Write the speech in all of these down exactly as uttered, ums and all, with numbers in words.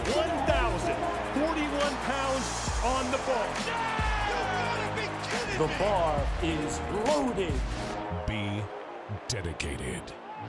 thousand forty-one pounds on the bar. The bar is loaded. Be dedicated.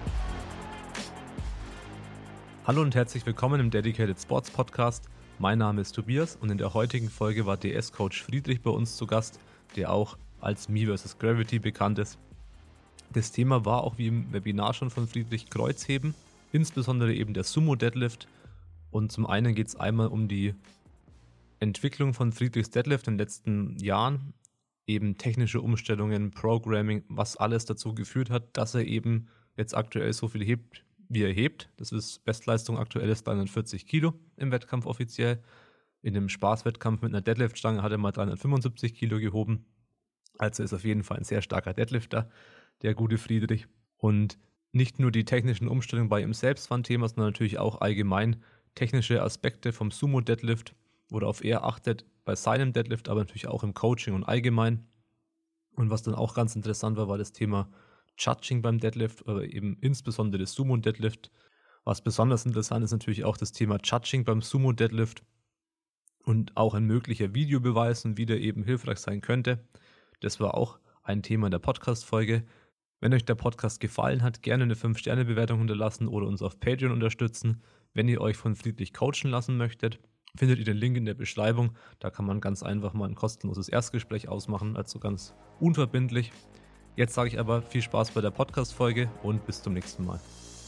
Hallo und herzlich willkommen im Dedicated Sports Podcast. Mein Name ist Tobias und in der heutigen Folge war D S-Coach Friedrich bei uns zu Gast, der auch als Me versus. Gravity bekannt ist. Das Thema war auch wie im Webinar schon von Friedrich Kreuzheben, insbesondere eben der Sumo Deadlift. Und zum einen geht es einmal um die Entwicklung von Friedrichs Deadlift in den letzten Jahren, eben technische Umstellungen, Programming, was alles dazu geführt hat, dass er eben jetzt aktuell so viel hebt, wie er hebt. Das ist Bestleistung aktuell ist dreihundertvierzig Kilo im Wettkampf offiziell. In einem Spaßwettkampf mit einer Deadlift-Stange hat er mal dreihundertfünfundsiebzig Kilo gehoben. Also ist auf jeden Fall ein sehr starker Deadlifter, der gute Friedrich. Und nicht nur die technischen Umstellungen bei ihm selbst waren Thema, sondern natürlich auch allgemein technische Aspekte vom Sumo-Deadlift, worauf er achtet bei seinem Deadlift, aber natürlich auch im Coaching und allgemein. Und was dann auch ganz interessant war, war das Thema Judging beim Deadlift, aber eben insbesondere das Sumo-Deadlift. Was besonders interessant ist natürlich auch das Thema Judging beim Sumo-Deadlift und auch ein möglicher Videobeweis und wie der eben hilfreich sein könnte. Das war auch ein Thema in der Podcast-Folge. Wenn euch der Podcast gefallen hat, gerne eine fünf Sterne Bewertung hinterlassen oder uns auf Patreon unterstützen. Wenn ihr euch von Friedrich coachen lassen möchtet, findet ihr den Link in der Beschreibung. Da kann man ganz einfach mal ein kostenloses Erstgespräch ausmachen, also ganz unverbindlich. Jetzt sage ich aber viel Spaß bei der Podcast-Folge und bis zum nächsten Mal.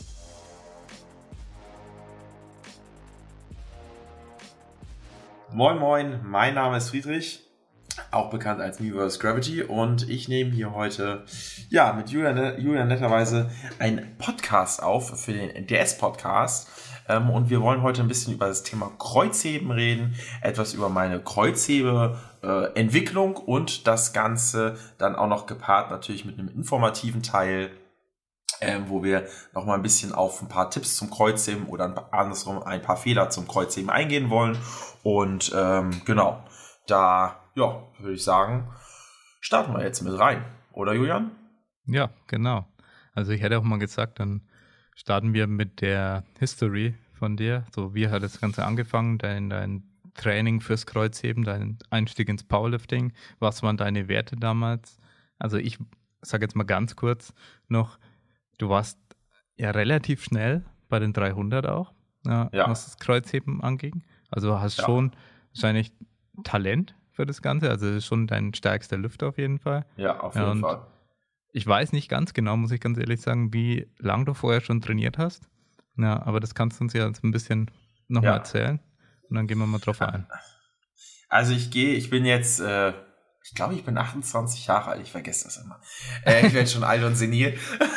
Moin Moin, mein Name ist Friedrich, auch bekannt als Me versus. Gravity, und ich nehme hier heute ja mit Julian, Julian netterweise einen Podcast auf für den D S-Podcast. Ähm, und wir wollen heute ein bisschen über das Thema Kreuzheben reden, etwas über meine Kreuzhebe-Entwicklung äh, und das Ganze dann auch noch gepaart natürlich mit einem informativen Teil, ähm, wo wir nochmal ein bisschen auf ein paar Tipps zum Kreuzheben oder andersrum ein paar Fehler zum Kreuzheben eingehen wollen. Und ähm, genau, da ja, würde ich sagen, starten wir jetzt mit rein, oder Julian? Ja, genau. Also ich hätte auch mal gesagt, dann starten wir mit der History von dir. So, wie hat das Ganze angefangen, dein, dein Training fürs Kreuzheben, dein Einstieg ins Powerlifting? Was waren deine Werte damals? Also ich sage jetzt mal ganz kurz noch, du warst ja relativ schnell bei den dreihundert auch, ja, ja. was das Kreuzheben anging. Also hast ja. schon wahrscheinlich Talent für das Ganze, also das ist schon dein stärkster Lüfter auf jeden Fall. Ja, auf jeden ja, Fall. Ich weiß nicht ganz genau, muss ich ganz ehrlich sagen, wie lange du vorher schon trainiert hast. Ja, aber das kannst du uns ja jetzt ein bisschen nochmal ja. erzählen. Und dann gehen wir mal drauf ein. Also ich gehe, ich bin jetzt, äh, ich glaube, ich bin achtundzwanzig Jahre alt. Ich vergesse das immer. Äh, ich werde schon alt und senil.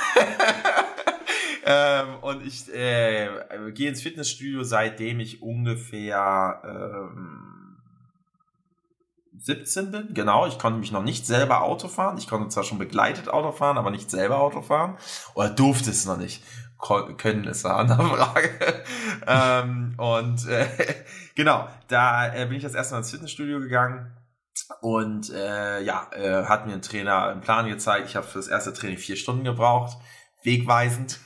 ähm, und ich äh, gehe ins Fitnessstudio, seitdem ich ungefähr ähm, siebzezehn bin, genau. Ich konnte mich noch nicht selber Auto fahren. Ich konnte zwar schon begleitet Auto fahren, aber nicht selber Auto fahren. Oder durfte es noch nicht. Kon- können ist eine andere Frage. ähm, und äh, genau, da äh, bin ich das erste Mal ins Fitnessstudio gegangen. Und äh, ja, äh, hat mir ein Trainer einen Plan gezeigt. Ich habe für das erste Training vier Stunden gebraucht. Wegweisend.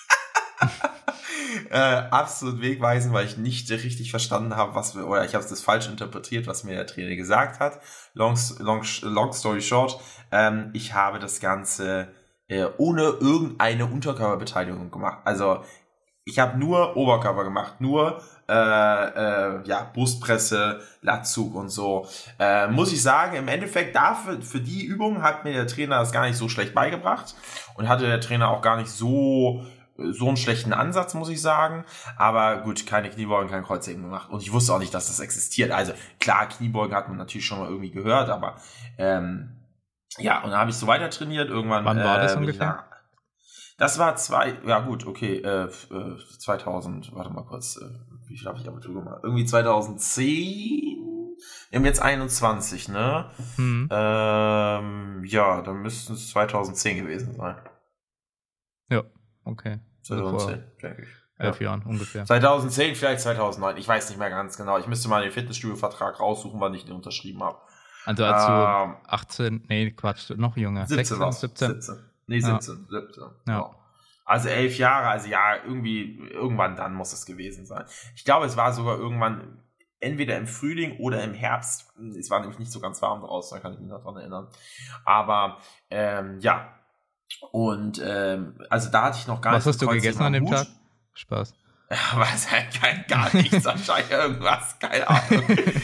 Äh, absolut wegweisend, weil ich nicht richtig verstanden habe, was wir, oder ich habe es das falsch interpretiert, was mir der Trainer gesagt hat. Long, long, long story short, ähm, ich habe das Ganze äh, ohne irgendeine Unterkörperbeteiligung gemacht. Also ich habe nur Oberkörper gemacht, nur äh, äh, ja Brustpresse, Latzug und so. Äh, muss ich sagen, im Endeffekt dafür für die Übung hat mir der Trainer das gar nicht so schlecht beigebracht und hatte der Trainer auch gar nicht so so einen schlechten Ansatz, muss ich sagen. Aber gut, keine Kniebeugen, kein Kreuzheben gemacht. Und ich wusste auch nicht, dass das existiert. Also klar, Kniebeugen hat man natürlich schon mal irgendwie gehört, aber ähm, ja, und dann habe ich so weiter trainiert. Irgendwann. Wann war das äh, ungefähr? Da, das war zwei, ja gut, okay, äh, zweitausend, warte mal kurz, äh, wie viel habe ich Abitur gemacht? Irgendwie zweitausendzehn? Wir haben jetzt einundzwanzig, ne? Mhm. Ähm, ja, dann müssten es zweitausendzehn gewesen sein. Ja, okay. zweitausendzehn, denke ich. Elf ja. Jahren ungefähr. zweitausendzehn, vielleicht zweitausendneun. Ich weiß nicht mehr ganz genau. Ich müsste mal den Fitnessstudio-Vertrag raussuchen, wann ich den unterschrieben habe. Also als ähm, du achtzehn, nee, Quatsch, noch jünger. siebzehn, sechzehn, siebzehn. siebzehn. Nee, siebzehn. Ja. siebzehn. Ja. Ja. Also elf Jahre, also ja, irgendwie, irgendwann dann muss es gewesen sein. Ich glaube, es war sogar irgendwann entweder im Frühling oder im Herbst. Es war nämlich nicht so ganz warm draußen, da kann ich mich noch dran erinnern. Aber, ähm, ja. Und, ähm, also da hatte ich noch gar Was nicht... Was hast du gegessen an dem Tag? Spaß. Ja, weiß halt kein, gar nichts, wahrscheinlich irgendwas, keine Ahnung.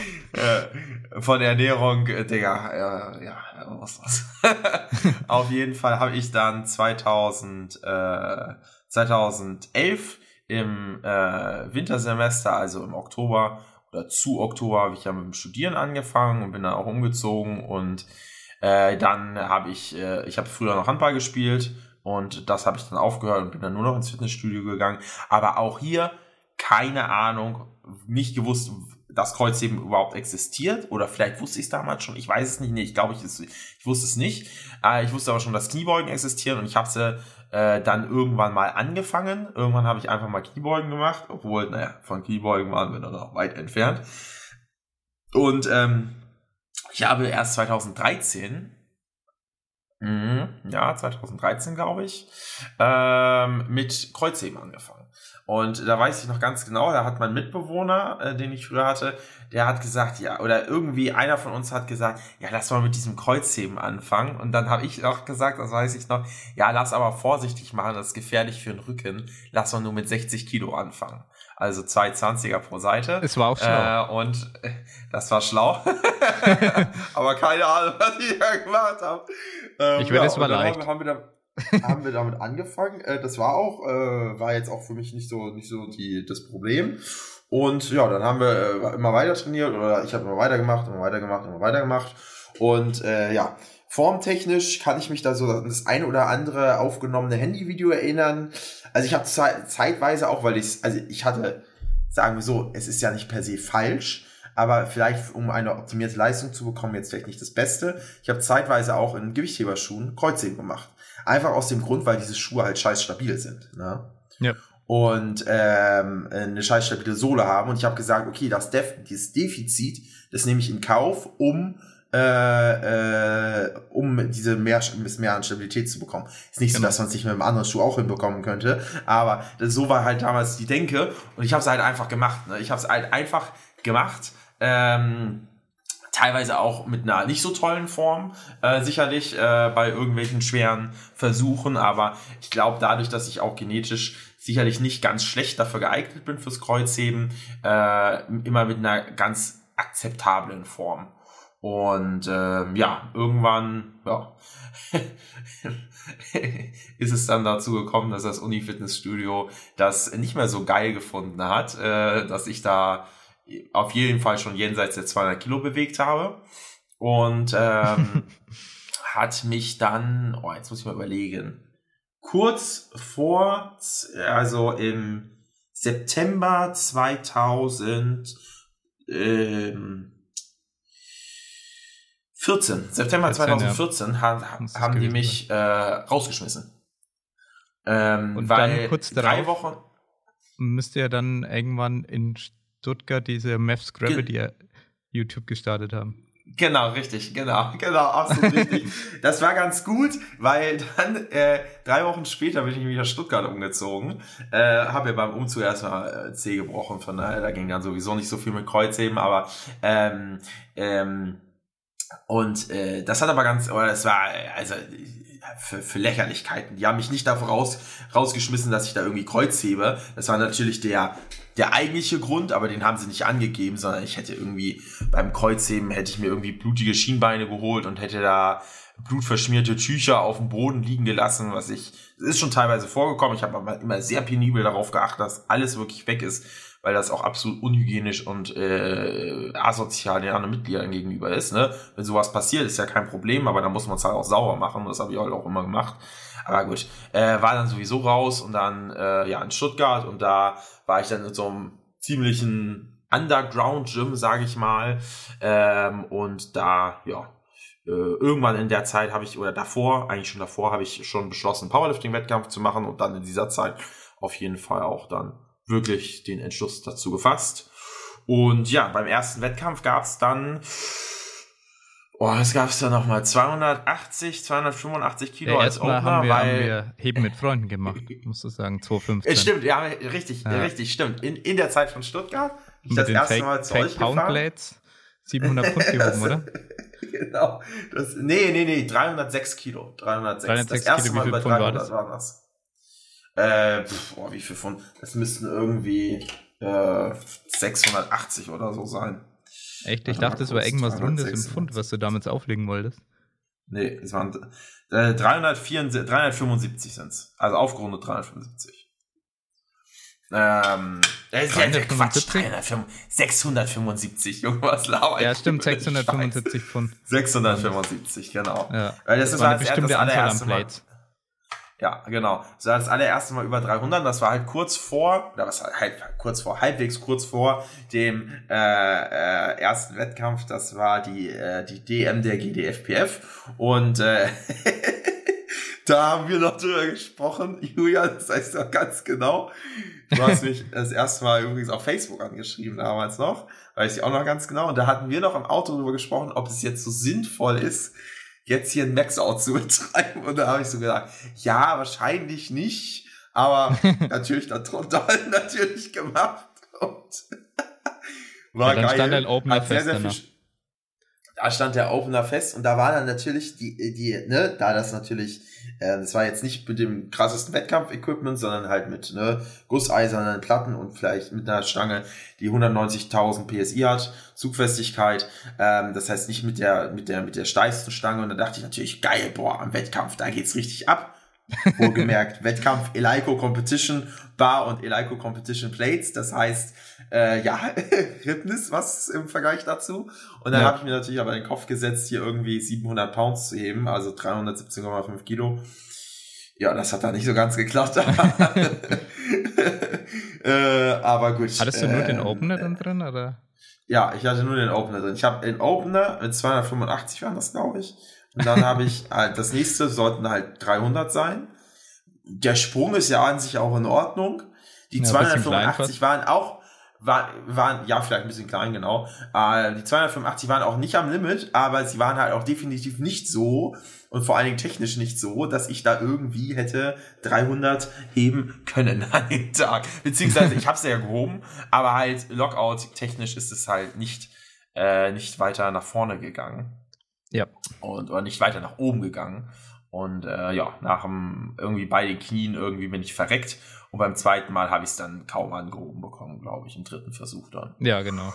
äh, von der Ernährung, äh, Digga, äh, ja, was was. Auf jeden Fall habe ich dann zweitausend, äh, zweitausendelf im äh, Wintersemester, also im Oktober oder zu Oktober, habe ich ja mit dem Studieren angefangen und bin dann auch umgezogen und äh, dann habe ich, äh, ich habe früher noch Handball gespielt. Und das habe ich dann aufgehört und bin dann nur noch ins Fitnessstudio gegangen. Aber auch hier keine Ahnung, nicht gewusst, dass Kreuzheben überhaupt existiert. Oder vielleicht wusste ich es damals schon. Ich weiß es nicht. Nee, ich glaube, ich, ich wusste es nicht. Äh, ich wusste aber schon, dass Kniebeugen existieren. Und ich habe sie äh, dann irgendwann mal angefangen. Irgendwann habe ich einfach mal Kniebeugen gemacht. Obwohl, naja, von Kniebeugen waren wir dann noch weit entfernt. Und ähm, ich habe erst zweitausenddreizehn... Mhm, ja, zweitausenddreizehn, glaube ich, ähm, mit Kreuzheben angefangen. Und da weiß ich noch ganz genau, da hat mein Mitbewohner, äh, den ich früher hatte, der hat gesagt, ja, oder irgendwie einer von uns hat gesagt, ja, lass mal mit diesem Kreuzheben anfangen. Und dann habe ich auch gesagt, das weiß ich noch, ja, lass aber vorsichtig machen, das ist gefährlich für den Rücken. Lass mal nur mit sechzig Kilo anfangen. Also zwei zwanziger pro Seite. Es war auch schlau. Äh, und äh, das war schlau. Aber keine Ahnung, was ich da gemacht habe. Ähm, ich werde ja, es mal leicht. Haben wir, haben, wir da, haben wir damit angefangen. Äh, das war auch, äh, war jetzt auch für mich nicht so, nicht so die, das Problem. Und ja, dann haben wir äh, immer weiter trainiert oder ich habe immer weiter gemacht, immer weiter gemacht, immer weiter gemacht. Und äh, ja, formtechnisch kann ich mich da so an das eine oder andere aufgenommene Handyvideo erinnern. Also ich habe ze- zeitweise auch, weil ich, also ich hatte, sagen wir so, es ist ja nicht per se falsch, aber vielleicht, um eine optimierte Leistung zu bekommen, jetzt vielleicht nicht das Beste. Ich habe zeitweise auch in Gewichtheberschuhen Kreuzheben gemacht. Einfach aus dem Grund, weil diese Schuhe halt scheiß stabil sind. Ne? Ja. Und ähm, eine scheiß stabile Sohle haben. Und ich habe gesagt, okay, das Def- dieses Defizit, das nehme ich in Kauf, um Äh, äh, um diese mehr, mehr an Stabilität zu bekommen. Ist nicht so, dass man es nicht mit einem anderen Schuh auch hinbekommen könnte, aber das, so war halt damals die Denke und ich habe es halt einfach gemacht. Ne? Ich habe es halt einfach gemacht, ähm, teilweise auch mit einer nicht so tollen Form, äh, sicherlich äh, bei irgendwelchen schweren Versuchen, aber ich glaube dadurch, dass ich auch genetisch sicherlich nicht ganz schlecht dafür geeignet bin fürs Kreuzheben, äh, immer mit einer ganz akzeptablen Form. Und ähm, ja, irgendwann ja, ist es dann dazu gekommen, dass das Uni-Fitnessstudio das nicht mehr so geil gefunden hat, äh, dass ich da auf jeden Fall schon jenseits der zweihundert Kilo bewegt habe. Und ähm, hat mich dann, oh, jetzt muss ich mal überlegen, kurz vor, also im September zweitausend, ähm, vierzehn, September zweitausendvierzehn ja. haben, haben die mich äh, rausgeschmissen. Ähm, und weil dann kurz drei darauf Wochen müsst ihr dann irgendwann in Stuttgart diese Maths Gravity Ge- YouTube gestartet haben. Genau, richtig, genau, genau, absolut richtig. Das war ganz gut, weil dann äh, drei Wochen später bin ich wieder nach Stuttgart umgezogen, äh, habe ja beim Umzug erstmal äh, Zeh gebrochen, von daher, da ging dann sowieso nicht so viel mit Kreuzheben, aber ähm, ähm, und äh, das hat aber ganz, oder das war also für, für Lächerlichkeiten. Die haben mich nicht davor raus, rausgeschmissen, dass ich da irgendwie Kreuz hebe. Das war natürlich der der eigentliche Grund, aber den haben sie nicht angegeben, sondern ich hätte irgendwie beim Kreuzheben hätte ich mir irgendwie blutige Schienbeine geholt und hätte da blutverschmierte Tücher auf dem Boden liegen gelassen, was ich, das ist schon teilweise vorgekommen. Ich habe aber immer sehr penibel darauf geachtet, dass alles wirklich weg ist, weil das auch absolut unhygienisch und äh, asozial den anderen Mitgliedern gegenüber ist. Ne? Wenn sowas passiert, ist ja kein Problem, aber dann muss man es halt auch sauber machen. Das habe ich halt auch immer gemacht. Aber gut, äh, war dann sowieso raus und dann äh, ja in Stuttgart und da war ich dann in so einem ziemlichen Underground-Gym, sage ich mal. Ähm, und da, ja, äh, irgendwann in der Zeit habe ich, oder davor, eigentlich schon davor, habe ich schon beschlossen, Powerlifting-Wettkampf zu machen und dann in dieser Zeit auf jeden Fall auch dann wirklich den Entschluss dazu gefasst. Und ja, beim ersten Wettkampf gab es dann, Oh, was gab es da nochmal? zweihundertachtzig, zweihundertfünfundachtzig Kilo ja, als Opener. Haben wir, weil haben wir Heben mit Freunden gemacht, musst du sagen, zweitausendfünfzehn. Stimmt, ja, richtig, ja. richtig, stimmt. In, in der Zeit von Stuttgart, ich mit das den erste Fake, Mal zu Fake euch Pound gefahren. Plates siebenhundert Pfund gehoben, oder? Genau. Das, nee, nee, nee, dreihundertsechs Kilo. dreihundertsechs. dreihundertsechs das erste Kilo, Mal wie viel über Pfund war dreihundert das? war das. Äh, pf, oh, wie viel Pfund? Das müssten irgendwie äh, sechshundertachtzig oder so sein. Echt? Ich dachte, das war irgendwas Rundes im Pfund, was du damals auflegen wolltest. Nee, es waren äh, dreihundertvierundsiebzig, dreihundertfünfundsiebzig sind es. Also aufgerundet dreihundertfünfundsiebzig. Ähm, das ist ja Quatsch. sechshundertfünfundsiebzig, irgendwas laber. Ja, stimmt, sechshundertfünfundsiebzig Pfund. sechshunderfünfundsiebzig, genau. Ja. Weil das, das ist war eine das bestimmte das Anzahl an Plates. Mal, ja, genau. Das war das allererste Mal über dreihundert. Das war halt kurz vor, oder was halt kurz vor, halbwegs kurz vor dem äh, äh, ersten Wettkampf. Das war die äh, die D M der G D F P F. Und äh, da haben wir noch drüber gesprochen. Julia, das heißt doch ganz genau. Du hast mich das erste Mal übrigens auf Facebook angeschrieben damals noch. Weiß ich auch noch ganz genau. Und da hatten wir noch im Auto drüber gesprochen, ob es jetzt so sinnvoll ist, jetzt hier ein Max-Out zu betreiben. Und da habe ich so gedacht, ja, wahrscheinlich nicht. Aber natürlich dann drunter natürlich gemacht. Und war ja, dann geil. Stand ein Opener Hat sehr, fest sehr viel, da stand der Opener fest und da war dann natürlich die, die, ne, da das natürlich, äh, das war jetzt nicht mit dem krassesten Wettkampf-Equipment, sondern halt mit, ne, gusseisernen Platten und vielleicht mit einer Stange, die hundertneunzigtausend P S I hat, Zugfestigkeit, ähm, das heißt nicht mit der, mit der, mit der steifsten Stange und da dachte ich natürlich, geil, boah, am Wettkampf, da geht's richtig ab. Wohlgemerkt, Wettkampf Eleiko Competition Bar und Eleiko Competition Plates, das heißt, äh, ja, Fitness, was im Vergleich dazu. Und dann ja. habe ich mir natürlich aber in den Kopf gesetzt, hier irgendwie siebenhundert Pounds zu heben, also dreihundertsiebzehn Komma fünf Kilo. Ja, das hat da nicht so ganz geklappt. äh, aber gut. Hattest du nur äh, den Opener dann drin, oder? Ja, ich hatte nur den Opener drin. Ich habe den Opener mit zweihundertfünfundachtzig waren das, glaube ich. Und dann habe ich halt, das nächste sollten halt dreihundert sein. Der Sprung ist ja an sich auch in Ordnung. Die ja, zweihundertfünfundachtzig waren auch, waren, waren, ja, vielleicht ein bisschen klein, genau. Äh, die zweihundertfünfundachtzig waren auch nicht am Limit, aber sie waren halt auch definitiv nicht so und vor allen Dingen technisch nicht so, dass ich da irgendwie hätte dreihundert heben können an dem Tag. Beziehungsweise ich habe es ja gehoben, aber halt Lockout technisch ist es halt nicht, äh, nicht weiter nach vorne gegangen. Ja. Und, oder nicht weiter nach oben gegangen. Und äh, ja, nach dem, irgendwie bei den Knien irgendwie bin ich verreckt. Und beim zweiten Mal habe ich es dann kaum angehoben bekommen, glaube ich, im dritten Versuch dann. Ja, genau.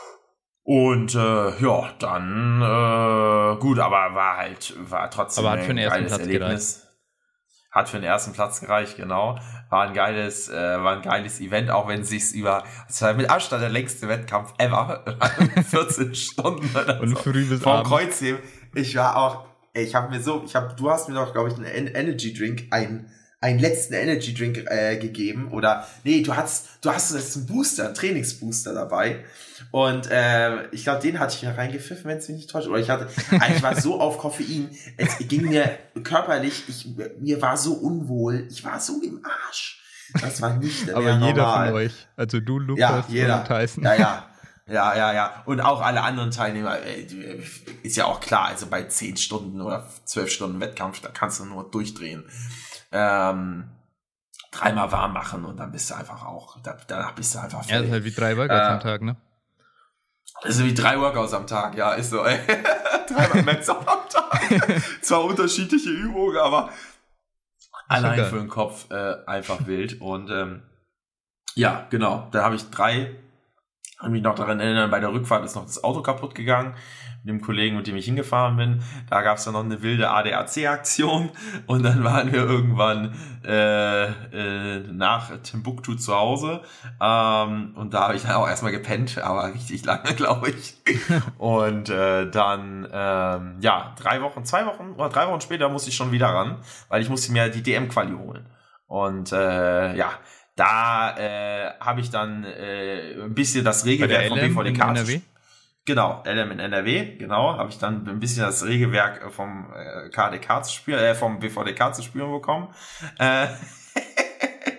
Und äh, ja, dann äh, gut, aber war halt, war trotzdem aber hat für den ein ersten geiles Platz Erlebnis. Gereicht. Hat für den ersten Platz gereicht, genau. War ein geiles, äh, war ein geiles Event, auch wenn es sich über, es war mit Abstand der längste Wettkampf ever, vierzehn Stunden oder und so. früh bis vom Abend. Kreuzheben. Ich war auch, ich habe mir so, ich habe, du hast mir doch, glaube ich, einen Energy Drink, einen, einen letzten Energy Drink äh, gegeben oder, nee, du hast, du hast jetzt einen Booster, einen Trainingsbooster dabei. Und äh, ich glaube, den hatte ich mir reingepfiffen, wenn es mich nicht täuscht. Oder ich hatte, ich war so auf Koffein, es ging mir körperlich, ich, mir war so unwohl, ich war so im Arsch. Das war nicht mehr aber jeder normal. von euch, also du, Lukas ja, jeder. und Tyson. Ja, ja. Ja, ja, ja. Und auch alle anderen Teilnehmer, ey, ist ja auch klar, also bei zehn Stunden oder zwölf Stunden Wettkampf, da kannst du nur durchdrehen. Ähm, dreimal warm machen und dann bist du einfach auch, da, danach bist du einfach fertig. Ja, das ist halt wie drei Workouts äh, am Tag, ne? Das ist wie drei Workouts am Tag, ja, ist so, ey. Dreimal Max-Out am Tag. Zwar unterschiedliche Übungen, aber allein geil. Für den Kopf äh, einfach wild. Und ähm, ja, genau, da habe ich drei, kann mich noch daran erinnern, bei der Rückfahrt ist noch das Auto kaputt gegangen. Mit dem Kollegen, mit dem ich hingefahren bin. Da gab es dann noch eine wilde A D A C-Aktion und dann waren wir irgendwann äh, äh, nach Timbuktu zu Hause ähm, und da habe ich dann auch erstmal gepennt, aber richtig lange, glaube ich. Und äh, dann, ähm, ja, drei Wochen, zwei Wochen oder drei Wochen später musste ich schon wieder ran, weil ich musste mir die D M-Quali holen. Und äh, ja, da äh, habe ich dann äh, ein bisschen das Regelwerk vom B V D K. Genau, L M in N R W, genau, habe ich dann ein bisschen das Regelwerk vom äh, K D K zu spüren, äh, vom B V D K zu spüren bekommen. Äh,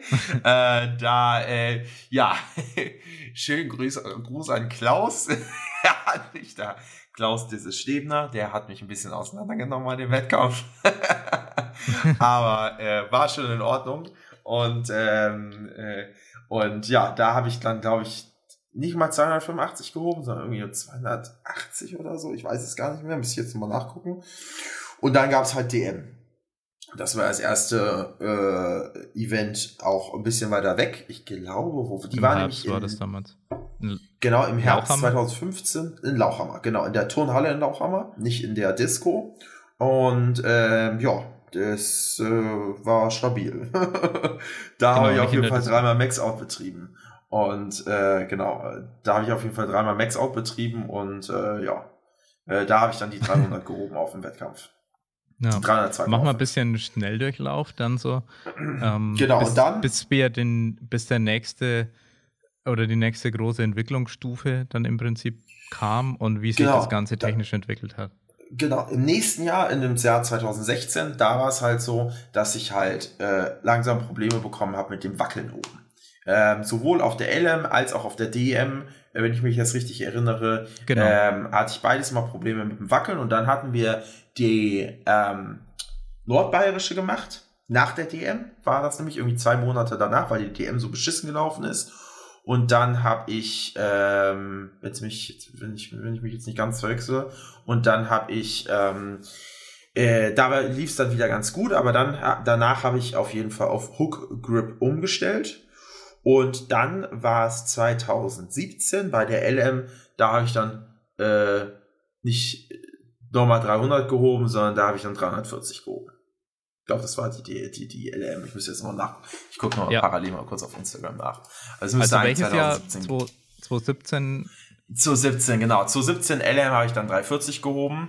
äh, da, äh, ja, schönen Gruß, Gruß an Klaus. Er hat mich da, Klaus dieses Stebner, der hat mich ein bisschen auseinandergenommen an dem Wettkampf. Aber äh, war schon in Ordnung. Und, ähm, äh, und ja, da habe ich dann, glaube ich, nicht mal zweihundertfünfundachtzig gehoben, sondern irgendwie nur zweihundertachtzig oder so. Ich weiß es gar nicht mehr, muss ich jetzt mal nachgucken. Und dann gab es halt D M. Das war das erste äh, Event auch ein bisschen weiter weg. Ich glaube, wo die Im waren Herbst nämlich in, war das damals. In genau, im Herbst Lauchhammer? zweitausendfünfzehn in Lauchhammer. Genau, in der Turnhalle in Lauchhammer, nicht in der Disco. Und ähm, ja, das äh, war stabil. Da Genau, habe ich nicht auf in jeden der Fall Disco. dreimal Max-Out betrieben. Und äh, genau, da habe ich auf jeden Fall dreimal Max-Out betrieben und äh, ja, äh, da habe ich dann die dreihundert gehoben auf dem Wettkampf. Ja. dreihundertzwei. Mach mal ein bisschen Schnelldurchlauf, dann so. Ähm, Genau, bis, und dann- Bis, wir den, bis der nächste oder die nächste große Entwicklungsstufe dann im Prinzip kam und wie sich Genau. das Ganze technisch entwickelt hat. Genau, im nächsten Jahr, in dem Jahr zweitausendsechzehn, da war es halt so, dass ich halt äh, langsam Probleme bekommen habe mit dem Wackeln oben. Ähm, sowohl auf der L M als auch auf der D M, äh, wenn ich mich jetzt richtig erinnere, Genau. ähm, hatte ich beides mal Probleme mit dem Wackeln. Und dann hatten wir die ähm, Nordbayerische gemacht. Nach der D M war das nämlich irgendwie zwei Monate danach, weil die D M so beschissen gelaufen ist. Und dann habe ich, ähm, jetzt mich, jetzt, wenn, ich, wenn ich mich jetzt nicht ganz verwechsel, und dann habe ich, ähm, äh, dabei lief es dann wieder ganz gut, aber dann danach habe ich auf jeden Fall auf Hook Grip umgestellt. Und dann war es zweitausendsiebzehn bei der L M, da habe ich dann äh, nicht nochmal dreihundert gehoben, sondern da habe ich dann dreihundertvierzig gehoben. Ich glaube, das war die, die, die, die L M. Ich muss jetzt mal nach. Ich gucke noch mal Ja. parallel mal kurz auf Instagram nach. Also, es Also müsste eigentlich welches Jahr? zweitausendsiebzehn. zweitausendsiebzehn? Zu siebzehn, genau. Zu siebzehn L M habe ich dann dreihundertvierzig gehoben.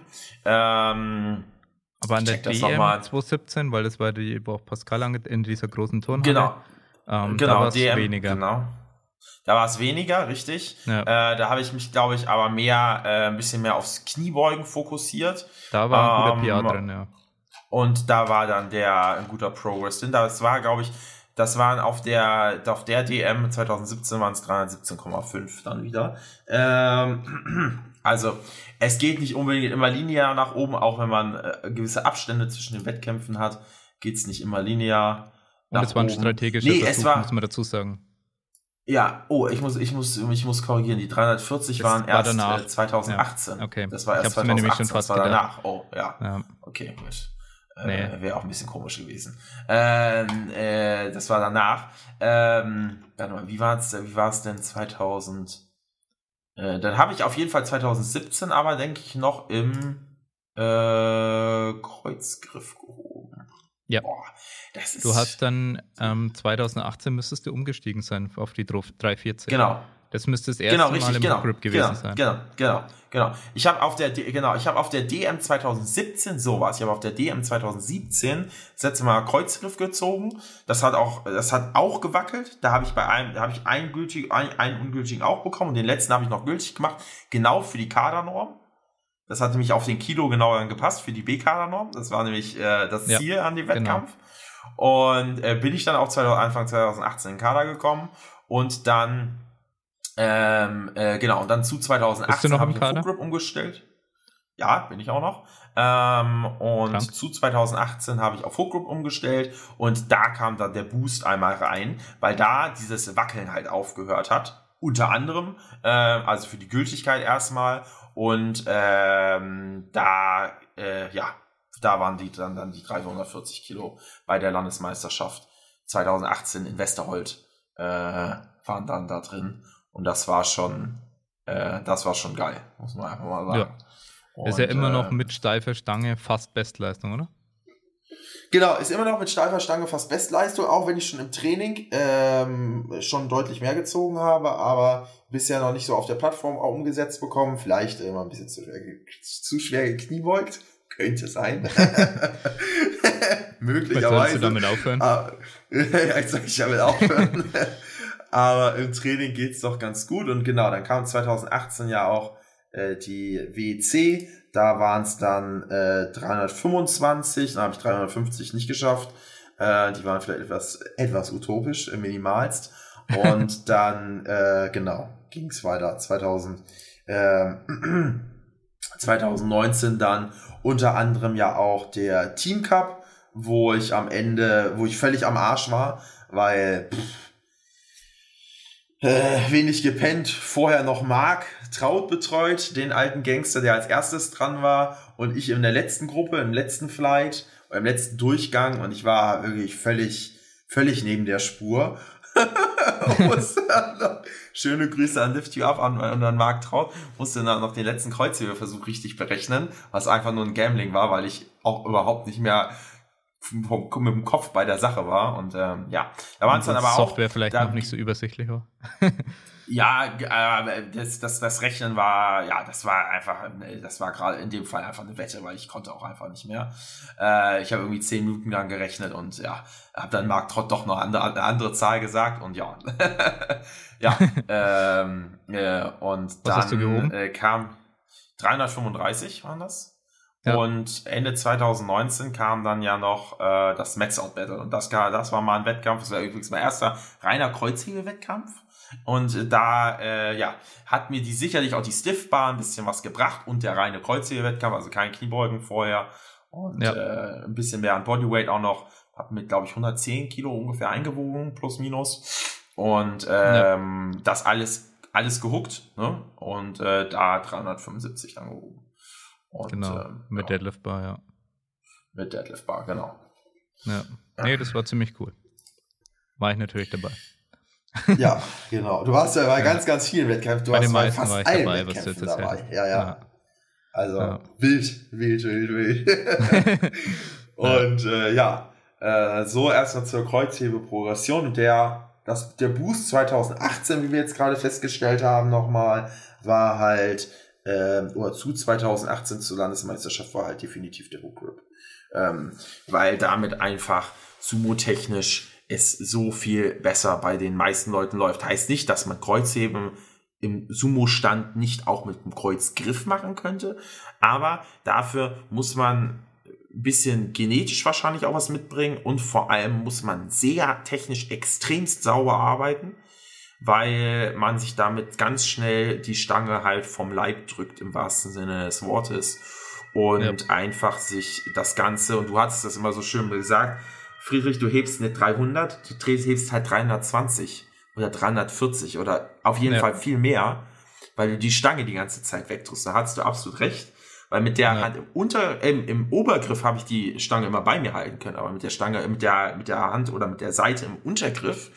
Ähm, Aber an der check das D noch M mal. zweitausendsiebzehn, weil das war die, wo auch Pascal ange in dieser großen Turnhalle. genau. Ähm, genau, da war es D M, weniger. Genau. Da war es weniger, richtig. Ja. Äh, da habe ich mich, glaube ich, aber mehr, äh, ein bisschen mehr aufs Kniebeugen fokussiert. Da war ein guter Ähm, P R drin, ja. Und da war dann der ein guter Progress drin. Das war, glaube ich, das waren auf der, auf der D M zweitausendsiebzehn waren es dreihundertsiebzehn Komma fünf dann wieder. Ähm, also, es geht nicht unbedingt immer linear nach oben, auch wenn man äh, gewisse Abstände zwischen den Wettkämpfen hat, geht es nicht immer linear nach Und es war ein oben. strategischer Nee, Versuch, es war, muss man dazu sagen. ja, oh, ich muss, ich muss, ich muss korrigieren. Die dreihundertvierzig Das waren war erst danach. äh, zweitausendachtzehn. Ja, okay. Das war Ich erst hab's mir nämlich schon zweitausendachtzehn, fast das war gedacht. danach. Oh, ja. Ja. Okay, gut. Äh, Nee. Wäre auch ein bisschen komisch gewesen. Ähm, äh, das war danach. Ähm, warte mal, wie war es wie war's denn zweitausend? Äh, dann habe ich auf jeden Fall zweitausendsiebzehn aber, denke ich, noch im äh, Kreuzgriff gehoben. Ja. Boah, das ist... Du hast dann ähm, zweitausendachtzehn müsstest du umgestiegen sein auf die dreihundertvierzig. Genau. Das müsste das erste Genau, Mal richtig, im genau, Grip gewesen genau, sein. genau, genau, genau. Ich habe auf der, D- genau, ich habe auf der D M zweitausendsiebzehn sowas. Ich habe auf der D M zweitausendsiebzehn das letzte Mal Kreuzgriff gezogen. Das hat auch, das hat auch gewackelt. Da habe ich bei einem, da habe ich einen gültigen, einen, einen ungültigen auch bekommen und den letzten habe ich noch gültig gemacht. Genau für die Kadernorm. Das hat nämlich auf den Kilo genau dann gepasst für die B-Kadernorm. Das war nämlich äh, das Ja, Ziel an dem Wettkampf. Und äh, bin ich dann auch zweitausend, Anfang zweitausendachtzehn in den Kader gekommen und dann Ähm, äh, genau, und dann zu zweitausendachtzehn noch habe im ich auf Kader? Foot Grip umgestellt. Ja, bin ich auch noch. Ähm, und Krank. zu zweitausendachtzehn habe ich auf Foot Grip umgestellt und da kam dann der Boost einmal rein, weil da dieses Wackeln halt aufgehört hat. Unter anderem, äh, also für die Gültigkeit erstmal und ähm, da, äh, ja, da waren die dann, dann die dreihundertvierzig Kilo bei der Landesmeisterschaft zweitausendachtzehn in Westerhold äh, waren dann da drin. Und das war schon, äh, das war schon geil, muss man einfach mal sagen. Ja. Ist ja Und, immer noch äh, mit steifer Stange fast Bestleistung, oder? Genau, ist immer noch mit steifer Stange fast Bestleistung, auch wenn ich schon im Training ähm, schon deutlich mehr gezogen habe, aber bisher noch nicht so auf der Plattform auch umgesetzt bekommen. Vielleicht immer ein bisschen zu schwer, ge- zu schwer gekniebeugt. Könnte sein. Möglicherweise. Sollst du damit aufhören? Ah, ja, jetzt soll ich damit aufhören. Aber im Training geht's doch ganz gut. Und genau, dann kam zweitausendachtzehn ja auch äh, die W C. Da waren es dann äh, dreihundertfünfundzwanzig. Dann habe ich dreihundertfünfzig nicht geschafft. Äh, die waren vielleicht etwas, etwas utopisch, äh, minimalst. Und dann, äh, genau, ging es weiter. zweitausend, äh, zwanzig neunzehn dann unter anderem ja auch der Team Cup, wo ich am Ende, wo ich völlig am Arsch war, weil pff, äh, wenig gepennt, vorher noch Marc Traut betreut, den alten Gangster, der als erstes dran war, und ich in der letzten Gruppe, im letzten Flight, oder im letzten Durchgang, und ich war wirklich völlig, völlig neben der Spur. Schöne Grüße an Lift You Up an, und an Marc Traut. Musste dann noch den letzten Kreuzheberversuch richtig berechnen, was einfach nur ein Gambling war, weil ich auch überhaupt nicht mehr vom, mit dem Kopf bei der Sache war. Und ähm, ja, da waren es dann aber auch... Software vielleicht da, noch nicht so übersichtlich war. Ja, äh, das, das, das Rechnen war, ja, das war einfach, das war gerade in dem Fall einfach eine Wette, weil ich konnte auch einfach nicht mehr. Äh, ich habe irgendwie zehn Minuten lang gerechnet und ja, habe dann Marc Trott doch noch andere, eine andere Zahl gesagt und ja, ja, ähm, äh, und Was dann hast du gehoben? Äh, kam dreihundertfünfunddreißig waren das. Ja. Und Ende zwanzig neunzehn kam dann ja noch äh, das Max-Out Battle und das, das war mal ein Wettkampf, das war übrigens mein erster reiner Kreuzhebel-Wettkampf. Und da, äh, ja, hat mir die sicherlich auch die Stiff-Bar ein bisschen was gebracht und der reine Kreuzhebel-Wettkampf, also kein Kniebeugen vorher und ja. äh, ein bisschen mehr an Bodyweight auch noch. Hab mit, glaube ich, hundertzehn Kilo ungefähr eingewogen, plus minus. Und ähm, ja. das alles, alles gehuckt, ne? Und äh, da dreihundertfünfundsiebzig dann gehoben. Und, genau, ähm, mit ja. Deadlift Bar, ja. Mit Deadlift Bar, genau. Ja, nee, das war ziemlich cool. War ich natürlich dabei. Ja, genau. Du warst ja bei ja. ganz, ganz vielen Wettkämpfen. Du bei warst bei fast allen allen dabei, Wettkämpfen dabei. Ja, ja, ja. Also ja. wild, wild, wild, wild. Und äh, ja, äh, so erstmal zur Kreuzhebe-Progression. Und der, das, der Boost zwanzig achtzehn, wie wir jetzt gerade festgestellt haben, nochmal, war halt, äh, oder zu zwanzig achtzehn zur Landesmeisterschaft war halt definitiv der Hook Grip. Ähm, weil damit einfach sumo-technisch es so viel besser bei den meisten Leuten läuft. Heißt nicht, dass man Kreuzheben im Sumo-Stand nicht auch mit einem Kreuzgriff machen könnte, aber dafür muss man ein bisschen genetisch wahrscheinlich auch was mitbringen und vor allem muss man sehr technisch extremst sauber arbeiten, weil man sich damit ganz schnell die Stange halt vom Leib drückt, im wahrsten Sinne des Wortes, und ja. einfach sich das Ganze, und du hattest das immer so schön gesagt, Friedrich, du hebst nicht dreihundert, du hebst halt dreihundertzwanzig oder dreihundertvierzig oder auf jeden ja. Fall viel mehr, weil du die Stange die ganze Zeit wegdrückst. Da hast du absolut recht, weil mit der ja. Hand im, Unter, äh, im Obergriff habe ich die Stange immer bei mir halten können, aber mit der Stange, mit der, mit der Hand oder mit der Seite im Untergriff,